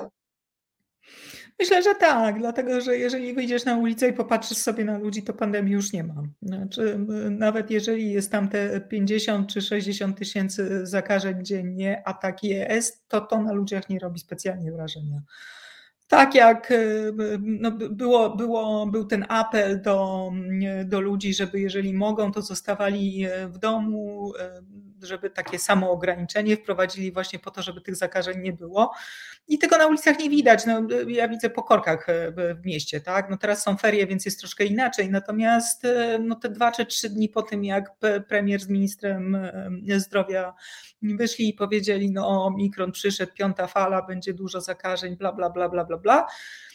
Myślę, że tak, dlatego że jeżeli wyjdziesz na ulicę i popatrzysz sobie na ludzi, to pandemii już nie ma. Znaczy, nawet jeżeli jest tam te pięćdziesiąt czy sześćdziesiąt tysięcy zakażeń dziennie, a tak jest, to to na ludziach nie robi specjalnie wrażenia. Tak jak no, było, było, był ten apel do, do ludzi, żeby jeżeli mogą, to zostawali w domu, żeby takie samo ograniczenie wprowadzili właśnie po to, żeby tych zakażeń nie było. I tego na ulicach nie widać. No, ja widzę po korkach w mieście, tak? No teraz są ferie, więc jest troszkę inaczej. Natomiast no, te dwa czy trzy dni po tym, jak premier z ministrem zdrowia wyszli i powiedzieli, no omikron przyszedł, piąta fala, będzie dużo zakażeń, bla, bla, bla, bla, bla, bla.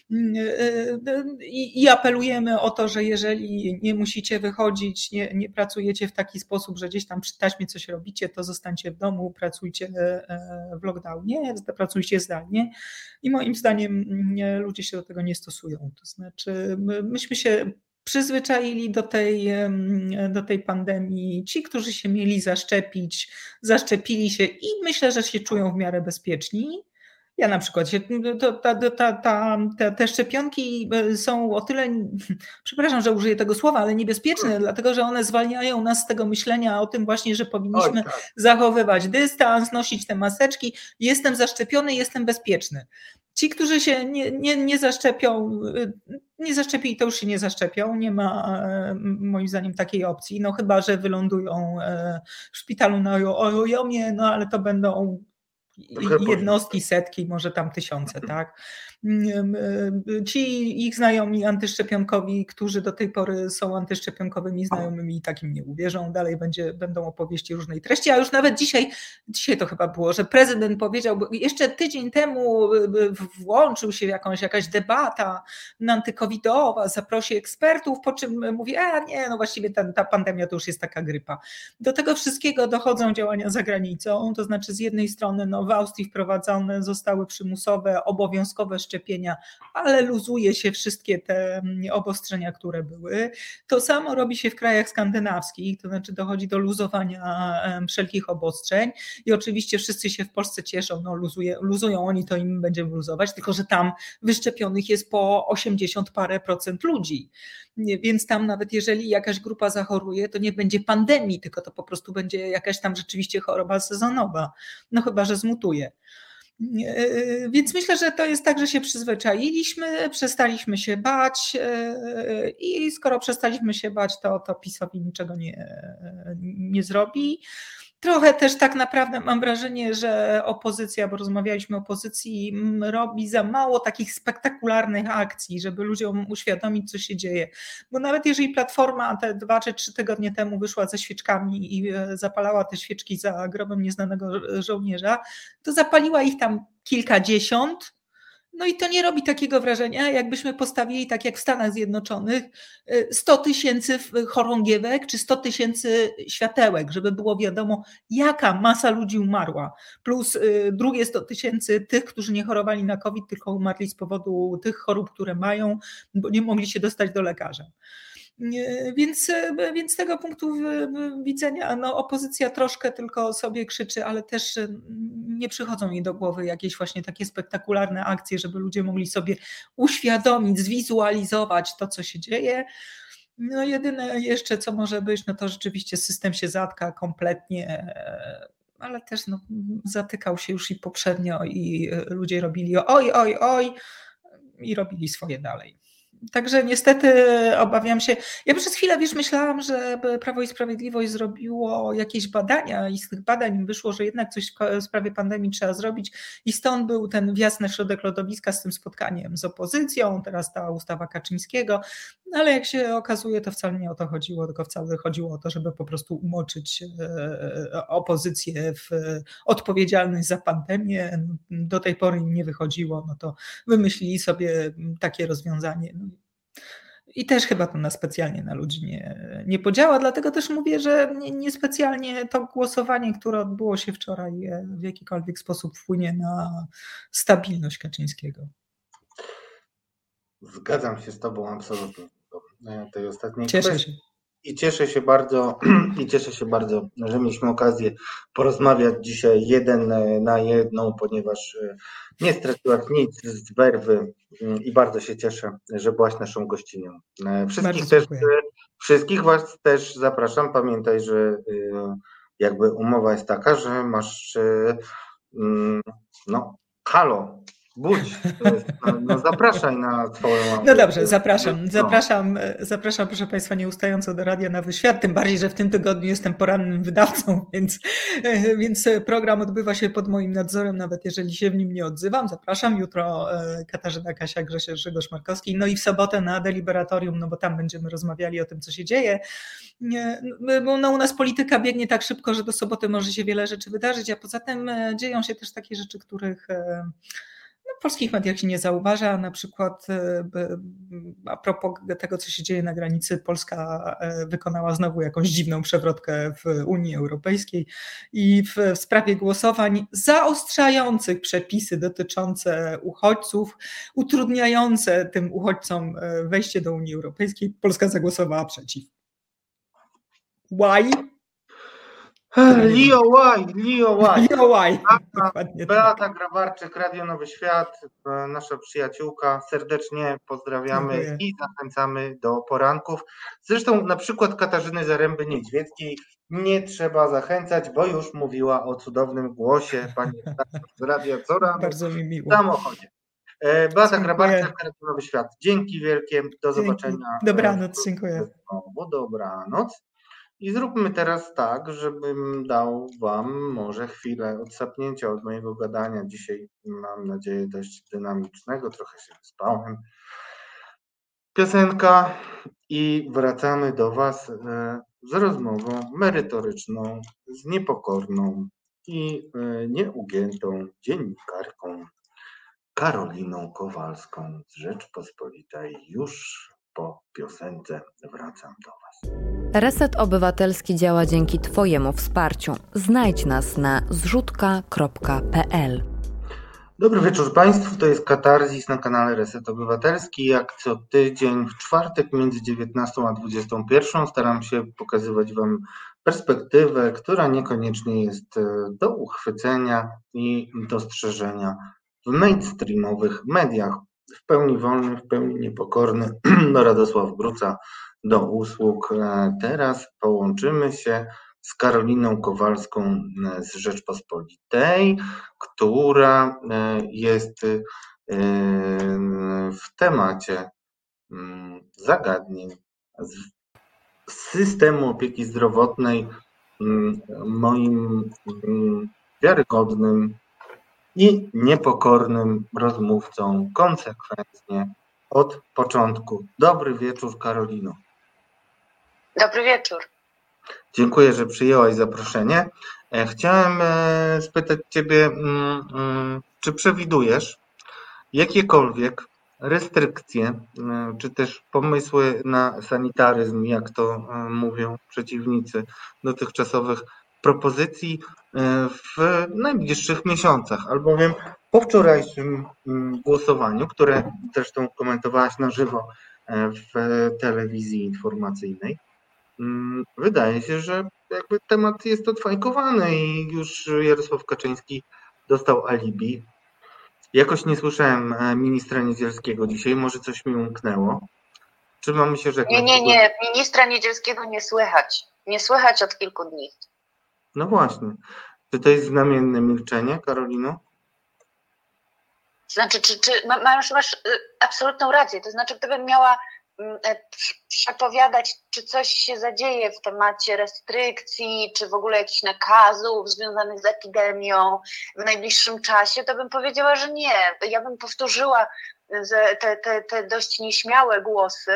I, I apelujemy o to, że jeżeli nie musicie wychodzić, nie, nie pracujecie w taki sposób, że gdzieś tam przy taśmie coś robicie, to zostańcie w domu, pracujcie w lockdownie, pracujcie zdalnie. I moim zdaniem ludzie się do tego nie stosują. To znaczy myśmy się przyzwyczaili do tej, do tej pandemii. Ci, którzy się mieli zaszczepić, zaszczepili się i myślę, że się czują w miarę bezpieczni. Ja na przykład się, to, ta, ta, ta, te, te szczepionki są o tyle, przepraszam, że użyję tego słowa, ale niebezpieczne, dlatego że one zwalniają nas z tego myślenia o tym właśnie, że powinniśmy Oj, tak. zachowywać dystans, nosić te maseczki. Jestem zaszczepiony, jestem bezpieczny. Ci, którzy się nie, nie, nie zaszczepią, nie zaszczepili, to już się nie zaszczepią. Nie ma moim zdaniem takiej opcji, no chyba że wylądują w szpitalu na Ojomie, no ale to będą jednostki, setki, może tam tysiące, tak? Ci ich znajomi antyszczepionkowi, którzy do tej pory są antyszczepionkowymi znajomymi i takim nie uwierzą, dalej będzie, będą opowieści różnej treści, a już nawet dzisiaj, dzisiaj to chyba było, że prezydent powiedział, bo jeszcze tydzień temu włączył się w jakąś, jakaś debata antykowidowa, zaprosi ekspertów, po czym mówi, a nie, no właściwie ta, ta pandemia to już jest taka grypa. Do tego wszystkiego dochodzą działania za granicą, to znaczy z jednej strony no, w Austrii wprowadzone zostały przymusowe, obowiązkowe szczepienia, ale luzuje się wszystkie te obostrzenia, które były. To samo robi się w krajach skandynawskich, to znaczy dochodzi do luzowania wszelkich obostrzeń i oczywiście wszyscy się w Polsce cieszą, no luzuje, luzują oni, to im będziemy luzować, tylko że tam wyszczepionych jest po osiemdziesiąt parę procent ludzi. Więc tam nawet jeżeli jakaś grupa zachoruje, to nie będzie pandemii, tylko to po prostu będzie jakaś tam rzeczywiście choroba sezonowa. No chyba, że zmutuje. Więc myślę, że to jest tak, że się przyzwyczailiśmy, przestaliśmy się bać i skoro przestaliśmy się bać, to, to PiS-owi niczego nie, nie zrobi. Trochę też tak naprawdę mam wrażenie, że opozycja, bo rozmawialiśmy o opozycji, robi za mało takich spektakularnych akcji, żeby ludziom uświadomić, co się dzieje. Bo nawet jeżeli Platforma te dwa czy trzy tygodnie temu wyszła ze świeczkami i zapalała te świeczki za grobem nieznanego żołnierza, to zapaliła ich tam kilkadziesiąt. No i to nie robi takiego wrażenia, jakbyśmy postawili, tak jak w Stanach Zjednoczonych, sto tysięcy chorągiewek czy sto tysięcy światełek, żeby było wiadomo, jaka masa ludzi umarła. Plus drugie sto tysięcy tych, którzy nie chorowali na COVID, tylko umarli z powodu tych chorób, które mają, bo nie mogli się dostać do lekarza. Więc, więc z tego punktu widzenia no, opozycja troszkę tylko sobie krzyczy, ale też nie przychodzą jej do głowy jakieś właśnie takie spektakularne akcje, żeby ludzie mogli sobie uświadomić, zwizualizować to, co się dzieje. No jedyne jeszcze, co może być, no to rzeczywiście system się zatka kompletnie, ale też no, zatykał się już i poprzednio i ludzie robili oj, oj, oj i robili swoje dalej. Także niestety obawiam się, ja przez chwilę wiesz, myślałam, że Prawo i Sprawiedliwość zrobiło jakieś badania i z tych badań wyszło, że jednak coś w sprawie pandemii trzeba zrobić i stąd był ten wjazd na środek lodowiska z tym spotkaniem z opozycją, teraz ta ustawa Kaczyńskiego, ale jak się okazuje, to wcale nie o to chodziło, tylko wcale chodziło o to, żeby po prostu umoczyć opozycję w odpowiedzialność za pandemię. Do tej pory im nie wychodziło, no to wymyślili sobie takie rozwiązanie. I też chyba to na specjalnie na ludzi nie, nie podziała, dlatego też mówię, że niespecjalnie nie to głosowanie, które odbyło się wczoraj, w jakikolwiek sposób wpłynie na stabilność Kaczyńskiego. Zgadzam się z tobą absolutnie. Tej ostatniej Cieszę kwestii. się. I cieszę się bardzo, i cieszę się bardzo, że mieliśmy okazję porozmawiać dzisiaj jeden na jedną, ponieważ nie straciłaś nic z werwy i bardzo się cieszę, że byłaś naszą gościnią. Wszystkich też, wszystkich was też zapraszam. Pamiętaj, że jakby umowa jest taka, że masz no halo. Budź, no, no zapraszaj na swoją... No dobrze, zapraszam, zapraszam, zapraszam proszę Państwa nieustająco do Radia Nowy Świat, tym bardziej, że w tym tygodniu jestem porannym wydawcą, więc, więc program odbywa się pod moim nadzorem, nawet jeżeli się w nim nie odzywam. Zapraszam, jutro Katarzyna Kasia, Grzegorz Markowski, no i w sobotę na Deliberatorium, no bo tam będziemy rozmawiali o tym, co się dzieje. Bo no, u nas polityka biegnie tak szybko, że do soboty może się wiele rzeczy wydarzyć, a poza tym dzieją się też takie rzeczy, których w polskich mediach się nie zauważa, na przykład a propos tego, co się dzieje na granicy, Polska wykonała znowu jakąś dziwną przewrotkę w Unii Europejskiej i w, w sprawie głosowań zaostrzających przepisy dotyczące uchodźców, utrudniające tym uchodźcom wejście do Unii Europejskiej, Polska zagłosowała przeciw. Why? Leo White, Leo White. Leo White. Dokładnie Beata tak. Grabarczyk, Radio Nowy Świat, nasza przyjaciółka. Serdecznie pozdrawiamy. Dziękuję. I zachęcamy do poranków. Zresztą na przykład Katarzyny Zaręby-Niedźwieckiej nie trzeba zachęcać, bo już mówiła o cudownym głosie pani z radia co rano Bardzo mi miło. w samochodzie. Beata Grabarczyk, Radio Nowy Świat. Dzięki wielkie. Do Dzięki. Zobaczenia. Dobranoc, dziękuję. Znowu. Dobranoc. I zróbmy teraz tak, żebym dał wam może chwilę odsapnięcia od mojego gadania. Dzisiaj mam nadzieję dość dynamicznego, trochę się wyspałem. Piosenka i wracamy do was z rozmową merytoryczną, z niepokorną i nieugiętą dziennikarką Karoliną Kowalską z Rzeczpospolitej. Już po piosence wracam do was. Reset Obywatelski działa dzięki Twojemu wsparciu. Znajdź nas na zrzutka kropka pe el. Dobry wieczór Państwu, to jest Katarzis na kanale Reset Obywatelski. Jak co tydzień w czwartek między dziewiętnastą a dwudziestą pierwszą staram się pokazywać Wam perspektywę, która niekoniecznie jest do uchwycenia i dostrzeżenia w mainstreamowych mediach. W pełni wolny, w pełni niepokorny Radosław Gruca do usług. Teraz połączymy się z Karoliną Kowalską z Rzeczpospolitej, która jest w temacie zagadnień systemu opieki zdrowotnej moim wiarygodnym i niepokornym rozmówcą konsekwentnie od początku. Dobry wieczór, Karolino. Dobry wieczór. Dziękuję, że przyjęłaś zaproszenie. Chciałem spytać Ciebie, czy przewidujesz jakiekolwiek restrykcje, czy też pomysły na sanitaryzm, jak to mówią przeciwnicy dotychczasowych propozycji w najbliższych miesiącach, albowiem po wczorajszym głosowaniu, które zresztą komentowałaś na żywo w telewizji informacyjnej. Wydaje się, że jakby temat jest odfajkowany i już Jarosław Kaczyński dostał alibi. Jakoś nie słyszałem ministra Niedzielskiego dzisiaj, może coś mi umknęło. Czy mamy się żegnać? Nie, nie, nie, ministra Niedzielskiego nie słychać. Nie słychać od kilku dni. No właśnie. Czy to jest znamienne milczenie, Karolino? Znaczy, czy, czy masz, masz absolutną rację. To znaczy, gdybym miała przepowiadać, czy coś się zadzieje w temacie restrykcji, czy w ogóle jakichś nakazów związanych z epidemią w najbliższym czasie, to bym powiedziała, że nie. Ja bym powtórzyła te, te, te dość nieśmiałe głosy,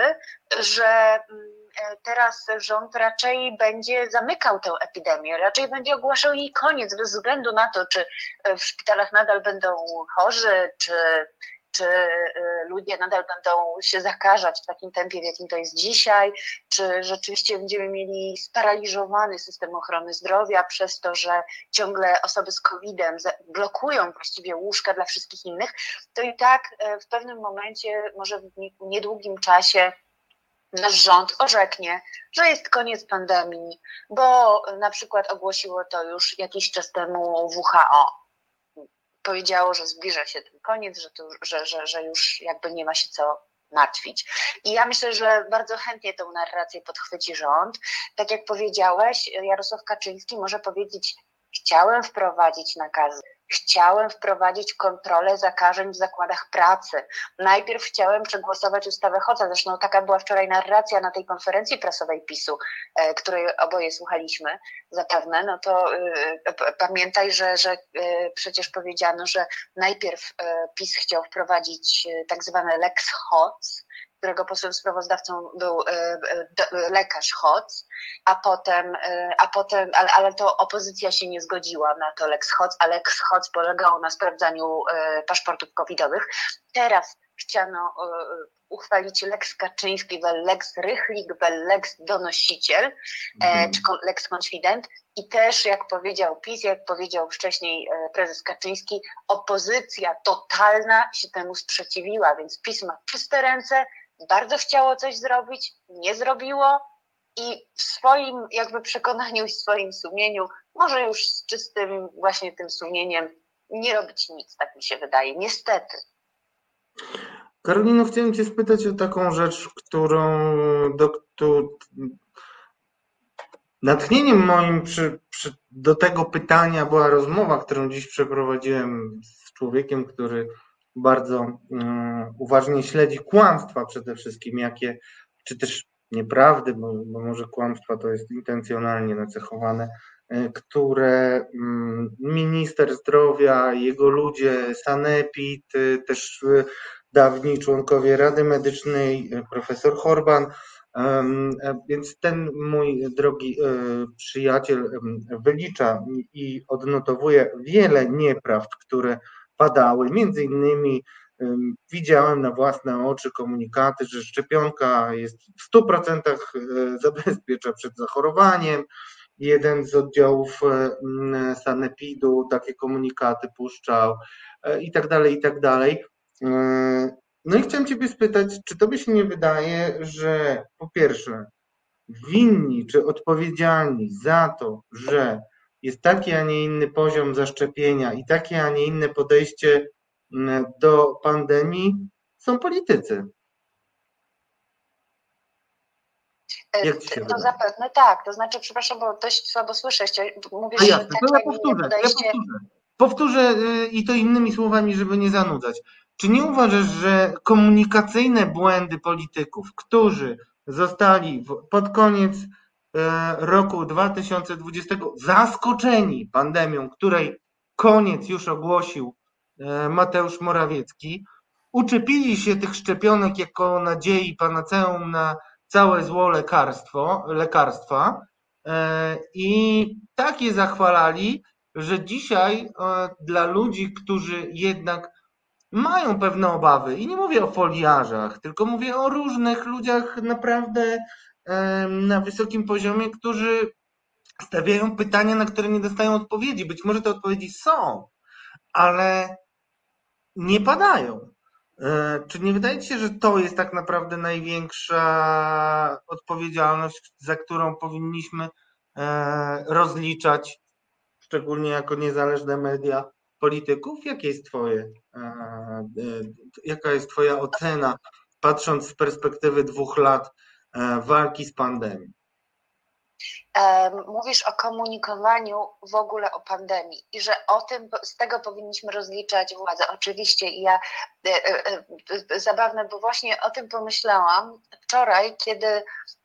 że teraz rząd raczej będzie zamykał tę epidemię, raczej będzie ogłaszał jej koniec, bez względu na to, czy w szpitalach nadal będą chorzy, czy czy ludzie nadal będą się zakażać w takim tempie, w jakim to jest dzisiaj, czy rzeczywiście będziemy mieli sparaliżowany system ochrony zdrowia przez to, że ciągle osoby z kowidem blokują właściwie łóżka dla wszystkich innych, to i tak w pewnym momencie, może w niedługim czasie, nasz rząd orzeknie, że jest koniec pandemii, bo na przykład ogłosiło to już jakiś czas temu W H O. Powiedziało, że zbliża się ten koniec, że, to, że, że, że już jakby nie ma się co martwić. I ja myślę, że bardzo chętnie tę narrację podchwyci rząd. Tak jak powiedziałeś, Jarosław Kaczyński może powiedzieć: chciałem wprowadzić nakazy, chciałem wprowadzić kontrolę zakażeń w zakładach pracy. Najpierw chciałem przegłosować ustawę Hoca, zresztą taka była wczoraj narracja na tej konferencji prasowej PiSu, której oboje słuchaliśmy zapewne. No to y, pamiętaj, że, że y, przecież powiedziano, że najpierw y, PiS chciał wprowadzić y, tak zwany Lex Hoc, którego posłem sprawozdawcą był y, y, lekarz Hoc, a potem, y, a potem ale, ale to opozycja się nie zgodziła na to Lex Hoc, a Lex Hoc polegało na sprawdzaniu y, paszportów covidowych. Teraz chciano y, uchwalić Lex Kaczyński, wel Lex Rychlik, wel Lex Donosiciel, mm. e, czy Lex Konfident. I też, jak powiedział PiS, jak powiedział wcześniej e, prezes Kaczyński, opozycja totalna się temu sprzeciwiła, więc PiS ma czyste ręce, bardzo chciało coś zrobić, nie zrobiło i w swoim jakby przekonaniu i w swoim sumieniu może już z czystym właśnie tym sumieniem nie robić nic, tak mi się wydaje, niestety. Karolino, chciałem Cię spytać o taką rzecz, którą do, tu, natchnieniem moim przy, przy, do tego pytania była rozmowa, którą dziś przeprowadziłem z człowiekiem, który bardzo um, uważnie śledzi kłamstwa przede wszystkim, jakie, czy też nieprawdy, bo, bo może kłamstwa to jest intencjonalnie nacechowane, które minister zdrowia, jego ludzie, sanepid, też dawni członkowie Rady Medycznej, profesor Horban, więc ten mój drogi przyjaciel wylicza i odnotowuje wiele nieprawd, które padały, między innymi widziałem na własne oczy komunikaty, że szczepionka jest w stu procentach zabezpiecza przed zachorowaniem. Jeden z oddziałów sanepidu takie komunikaty puszczał i tak dalej, i tak dalej. No i chciałem Ciebie spytać, czy Tobie się nie wydaje, że po pierwsze winni czy odpowiedzialni za to, że jest taki, a nie inny poziom zaszczepienia i takie, a nie inne podejście do pandemii są politycy? Jak ci się to wydaje? zapewne tak, to znaczy, przepraszam, bo dość słabo słyszę, mówisz, A że jasne, takie, to ja a nie inne powtórzę, ja podejście. powtórzę. Powtórzę i to innymi słowami, żeby nie zanudzać. Czy nie uważasz, że komunikacyjne błędy polityków, którzy zostali pod koniec roku dwa tysiące dwudziestego zaskoczeni pandemią, której koniec już ogłosił Mateusz Morawiecki, uczepili się tych szczepionek jako nadziei panaceum na całe zło lekarstwo, lekarstwa i tak je zachwalali, że dzisiaj dla ludzi, którzy jednak mają pewne obawy, i nie mówię o foliarzach, tylko mówię o różnych ludziach naprawdę na wysokim poziomie, którzy stawiają pytania, na które nie dostają odpowiedzi. Być może te odpowiedzi są, ale nie padają. Czy nie wydaje ci się, że to jest tak naprawdę największa odpowiedzialność, za którą powinniśmy rozliczać, szczególnie jako niezależne media, polityków? Jakie jest twoje, jaka jest twoja ocena, patrząc z perspektywy dwóch lat walki z pandemią? Mówisz o komunikowaniu w ogóle o pandemii i że o tym, z tego powinniśmy rozliczać władzę. Oczywiście i ja, zabawne, bo właśnie o tym pomyślałam wczoraj, kiedy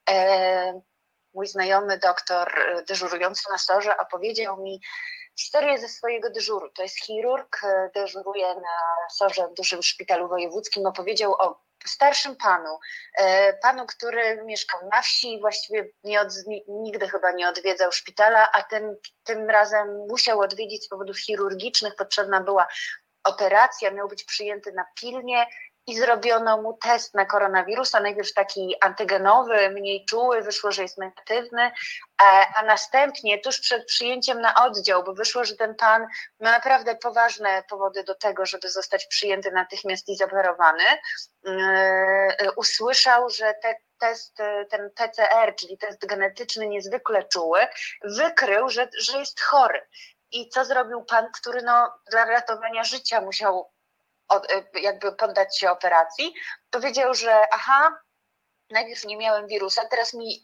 mój znajomy doktor dyżurujący na SOR-ze opowiedział mi historię ze swojego dyżuru. To jest chirurg, dyżuruje na SOR-ze w dużym szpitalu wojewódzkim. Opowiedział o starszym panu, panu, który mieszkał na wsi, właściwie nie od, nigdy chyba nie odwiedzał szpitala, a tym, tym razem musiał odwiedzić z powodów chirurgicznych, potrzebna była operacja, miał być przyjęty na pilnie i zrobiono mu test na koronawirusa, najpierw taki antygenowy, mniej czuły, wyszło, że jest negatywny, a następnie tuż przed przyjęciem na oddział, bo wyszło, że ten pan ma naprawdę poważne powody do tego, żeby zostać przyjęty natychmiast i zoperowany, usłyszał, że te test, ten P C R, czyli test genetyczny niezwykle czuły, wykrył, że, że jest chory. I co zrobił pan, który no, dla ratowania życia musiał od, jakby poddać się operacji? Powiedział, że aha, najpierw nie miałem wirusa, teraz mi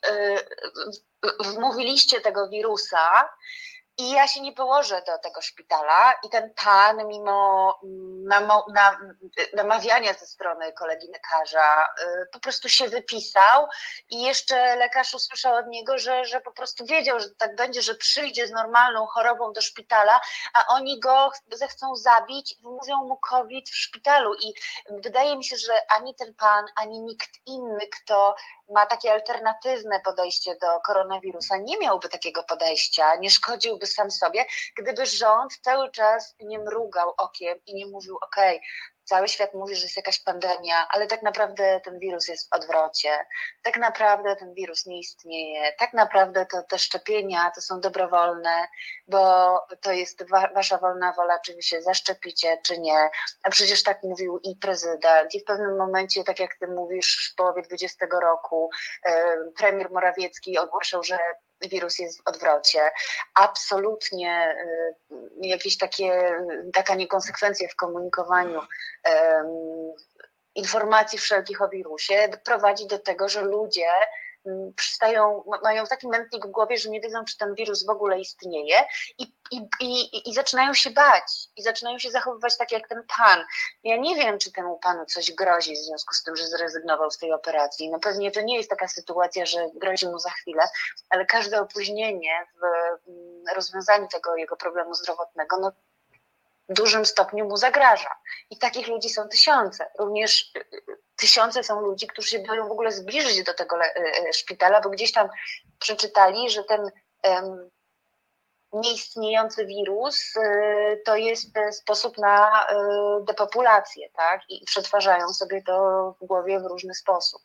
yy, wmówiliście tego wirusa i ja się nie położę do tego szpitala. I ten pan, mimo namo, na, namawiania ze strony kolegi lekarza, yy, po prostu się wypisał i jeszcze lekarz usłyszał od niego, że, że po prostu wiedział, że tak będzie, że przyjdzie z normalną chorobą do szpitala, a oni go zechcą zabić i wymówią mu COVID w szpitalu. I wydaje mi się, że ani ten pan, ani nikt inny, kto ma takie alternatywne podejście do koronawirusa, nie miałby takiego podejścia, nie szkodziłby sam sobie, gdyby rząd cały czas nie mrugał okiem i nie mówił, okej, okay, cały świat mówi, że jest jakaś pandemia, ale tak naprawdę ten wirus jest w odwrocie, tak naprawdę ten wirus nie istnieje, tak naprawdę to te szczepienia to są dobrowolne, bo to jest wa- wasza wolna wola, czy wy się zaszczepicie, czy nie. A przecież tak mówił i prezydent i w pewnym momencie, tak jak ty mówisz, w połowie dwudziestego roku premier Morawiecki ogłaszał, że wirus jest w odwrocie. Absolutnie jakieś takie, taka niekonsekwencja w komunikowaniu um, informacji wszelkich o wirusie prowadzi do tego, że ludzie przestają, mają taki mętlik w głowie, że nie wiedzą, czy ten wirus w ogóle istnieje i, i, i, i zaczynają się bać i zaczynają się zachowywać tak jak ten pan. Ja nie wiem, czy temu panu coś grozi w związku z tym, że zrezygnował z tej operacji. No pewnie to nie jest taka sytuacja, że grozi mu za chwilę, ale każde opóźnienie w rozwiązaniu tego jego problemu zdrowotnego, no w dużym stopniu mu zagraża. I takich ludzi są tysiące. Również tysiące są ludzi, którzy się boją w ogóle zbliżyć do tego szpitala, bo gdzieś tam przeczytali, że ten um, nieistniejący wirus y, to jest sposób na y, depopulację, tak? I przetwarzają sobie to w głowie w różny sposób.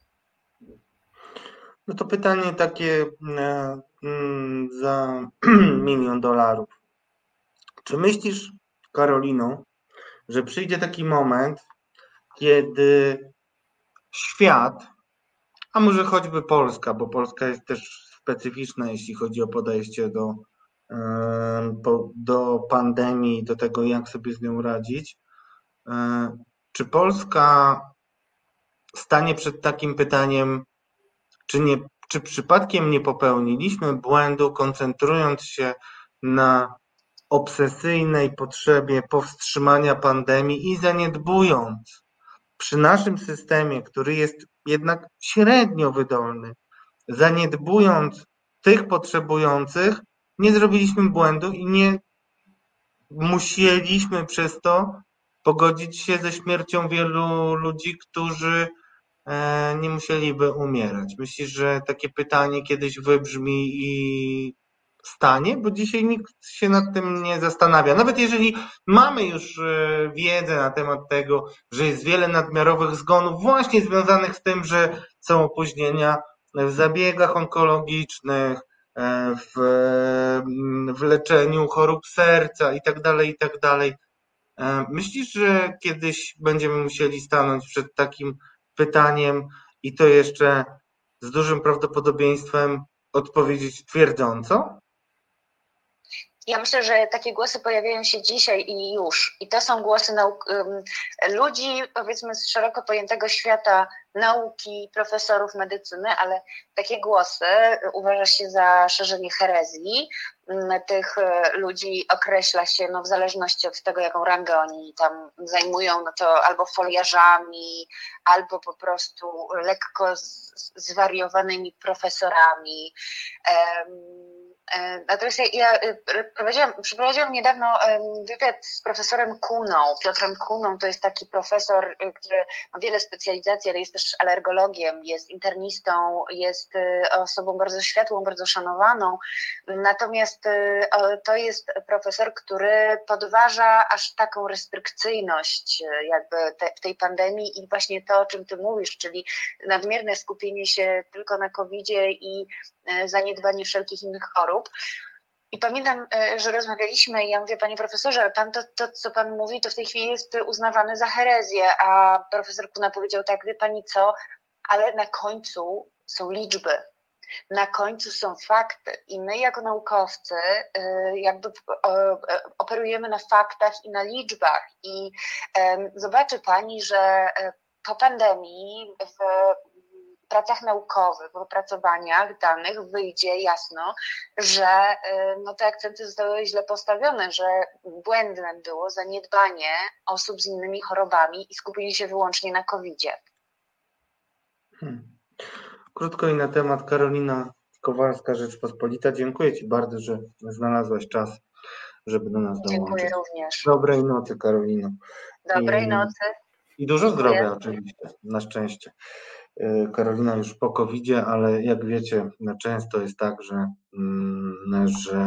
No to pytanie takie e, mm, za milion dolarów. Czy myślisz, Karolino, że przyjdzie taki moment, kiedy świat, a może choćby Polska, bo Polska jest też specyficzna, jeśli chodzi o podejście do, do pandemii, do tego, jak sobie z nią radzić. Czy Polska stanie przed takim pytaniem, czy, nie, czy przypadkiem nie popełniliśmy błędu, koncentrując się na obsesyjnej potrzebie powstrzymania pandemii i zaniedbując przy naszym systemie, który jest jednak średnio wydolny, zaniedbując tych potrzebujących, nie zrobiliśmy błędu i nie musieliśmy przez to pogodzić się ze śmiercią wielu ludzi, którzy nie musieliby umierać. Myślisz, że takie pytanie kiedyś wybrzmi i stanie? Bo dzisiaj nikt się nad tym nie zastanawia. Nawet jeżeli mamy już wiedzę na temat tego, że jest wiele nadmiarowych zgonów właśnie związanych z tym, że są opóźnienia w zabiegach onkologicznych, w, w leczeniu chorób serca i tak dalej, i tak dalej. Myślisz, że kiedyś będziemy musieli stanąć przed takim pytaniem i to jeszcze z dużym prawdopodobieństwem odpowiedzieć twierdząco? Ja myślę, że takie głosy pojawiają się dzisiaj i już. I to są głosy nauk- ludzi, powiedzmy, z szeroko pojętego świata nauki, profesorów medycyny, ale takie głosy uważa się za szerzenie herezji. Tych ludzi określa się, no w zależności od tego, jaką rangę oni tam zajmują, no to albo foliarzami, albo po prostu lekko z- zwariowanymi profesorami. Um, Natomiast ja, ja prowadziłam, przeprowadziłam niedawno wywiad z profesorem Kuną, Piotrem Kuną. To jest taki profesor, który ma wiele specjalizacji, ale jest też alergologiem, jest internistą, jest osobą bardzo światłą, bardzo szanowaną. Natomiast to jest profesor, który podważa aż taką restrykcyjność jakby te, w tej pandemii i właśnie to, o czym ty mówisz, czyli nadmierne skupienie się tylko na kowidzie i zaniedbanie wszelkich innych chorób. I pamiętam, że rozmawialiśmy i ja mówię, panie profesorze, ale pan to, to, co pan mówi, to w tej chwili jest uznawane za herezję, a profesor Kuna powiedział tak, wie pani co, ale na końcu są liczby, na końcu są fakty i my jako naukowcy jakby operujemy na faktach i na liczbach i zobaczy pani, że po pandemii w pracach naukowych, w opracowaniach danych wyjdzie jasno, że no, te akcenty zostały źle postawione, że błędem było zaniedbanie osób z innymi chorobami i skupienie się wyłącznie na kowidzie. Hmm. Krótko i na temat. Karolina Kowalska, Rzeczpospolita. Dziękuję ci bardzo, że znalazłaś czas, żeby do nas dołączyć. Dziękuję również. Dobrej nocy, Karolino. Dobrej I, nocy. I dużo Dziękuję. zdrowia oczywiście, na szczęście. Karolina już po kowidzie, ale jak wiecie, często jest tak, że, że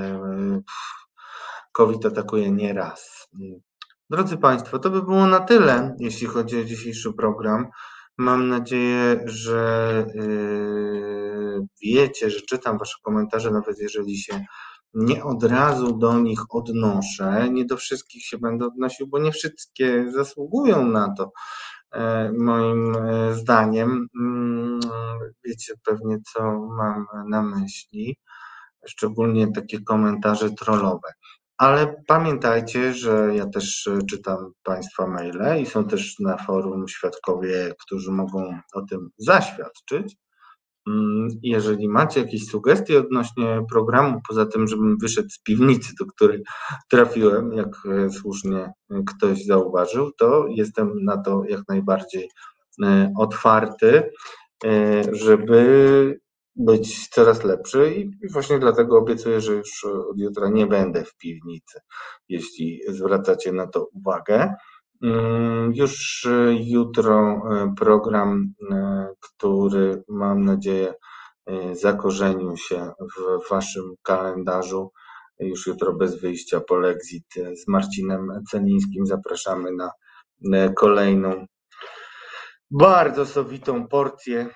COVID atakuje nie raz. Drodzy Państwo, to by było na tyle, jeśli chodzi o dzisiejszy program. Mam nadzieję, że wiecie, że czytam Wasze komentarze, nawet jeżeli się nie od razu do nich odnoszę. Nie do wszystkich się będę odnosił, bo nie wszystkie zasługują na to. Moim zdaniem, wiecie pewnie, co mam na myśli, szczególnie takie komentarze trollowe. Ale pamiętajcie, że ja też czytam Państwa maile i są też na forum świadkowie, którzy mogą o tym zaświadczyć. Jeżeli macie jakieś sugestie odnośnie programu, poza tym, żebym wyszedł z piwnicy, do której trafiłem, jak słusznie ktoś zauważył, to jestem na to jak najbardziej otwarty, żeby być coraz lepszy i właśnie dlatego obiecuję, że już od jutra nie będę w piwnicy, jeśli zwracacie na to uwagę. Już jutro program, który mam nadzieję zakorzenił się w Waszym kalendarzu. Już jutro bez wyjścia Polexit z Marcinem Celińskim zapraszamy na kolejną bardzo sowitą porcję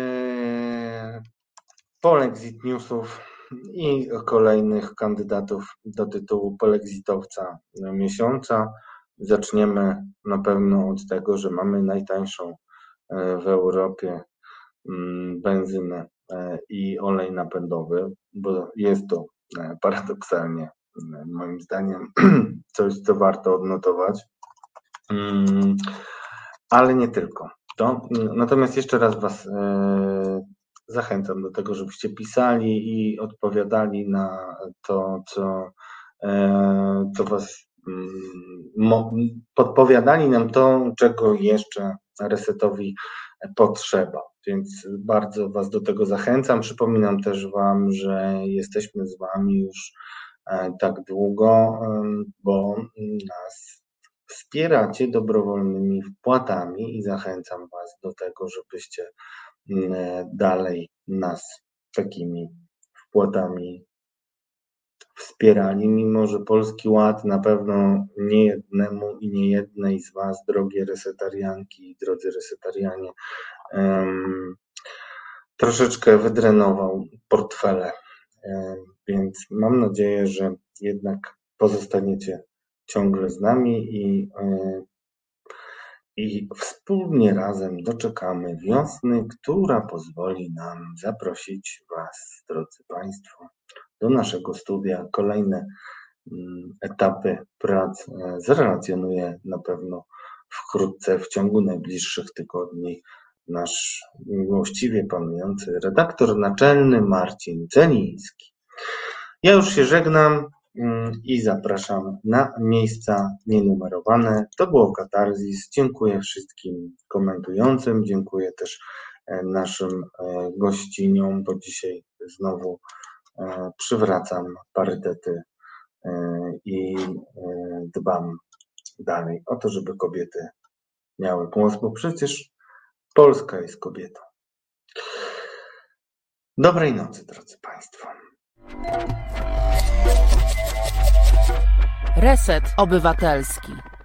Polexit Newsów i kolejnych kandydatów do tytułu Polexitowca miesiąca. Zaczniemy na pewno od tego, że mamy najtańszą w Europie benzynę i olej napędowy, bo jest to paradoksalnie moim zdaniem coś, co warto odnotować, ale nie tylko to. Natomiast jeszcze raz Was zachęcam do tego, żebyście pisali i odpowiadali na to, co, co Was podpowiadali nam to, czego jeszcze resetowi potrzeba. Więc bardzo Was do tego zachęcam. Przypominam też Wam, że jesteśmy z Wami już tak długo, bo nas wspieracie dobrowolnymi wpłatami i zachęcam Was do tego, żebyście dalej nas takimi wpłatami wspierali, mimo że Polski Ład na pewno nie jednemu i nie jednej z Was, drogie resetarianki i drodzy resetarianie, um, troszeczkę wydrenował portfele, um, więc mam nadzieję, że jednak pozostaniecie ciągle z nami i, i wspólnie razem doczekamy wiosny, która pozwoli nam zaprosić Was, drodzy Państwo, do naszego studia. Kolejne etapy prac zrelacjonuje na pewno wkrótce, w ciągu najbliższych tygodni, nasz miłościwie panujący redaktor naczelny Marcin Celiński. Ja już się żegnam i zapraszam na miejsca nienumerowane. To było Katarzis. Dziękuję wszystkim komentującym, dziękuję też naszym gościniom, bo dzisiaj znowu przywracam parytety i dbam dalej o to, żeby kobiety miały głos, bo przecież Polska jest kobietą. Dobrej nocy, drodzy Państwo. Reset Obywatelski.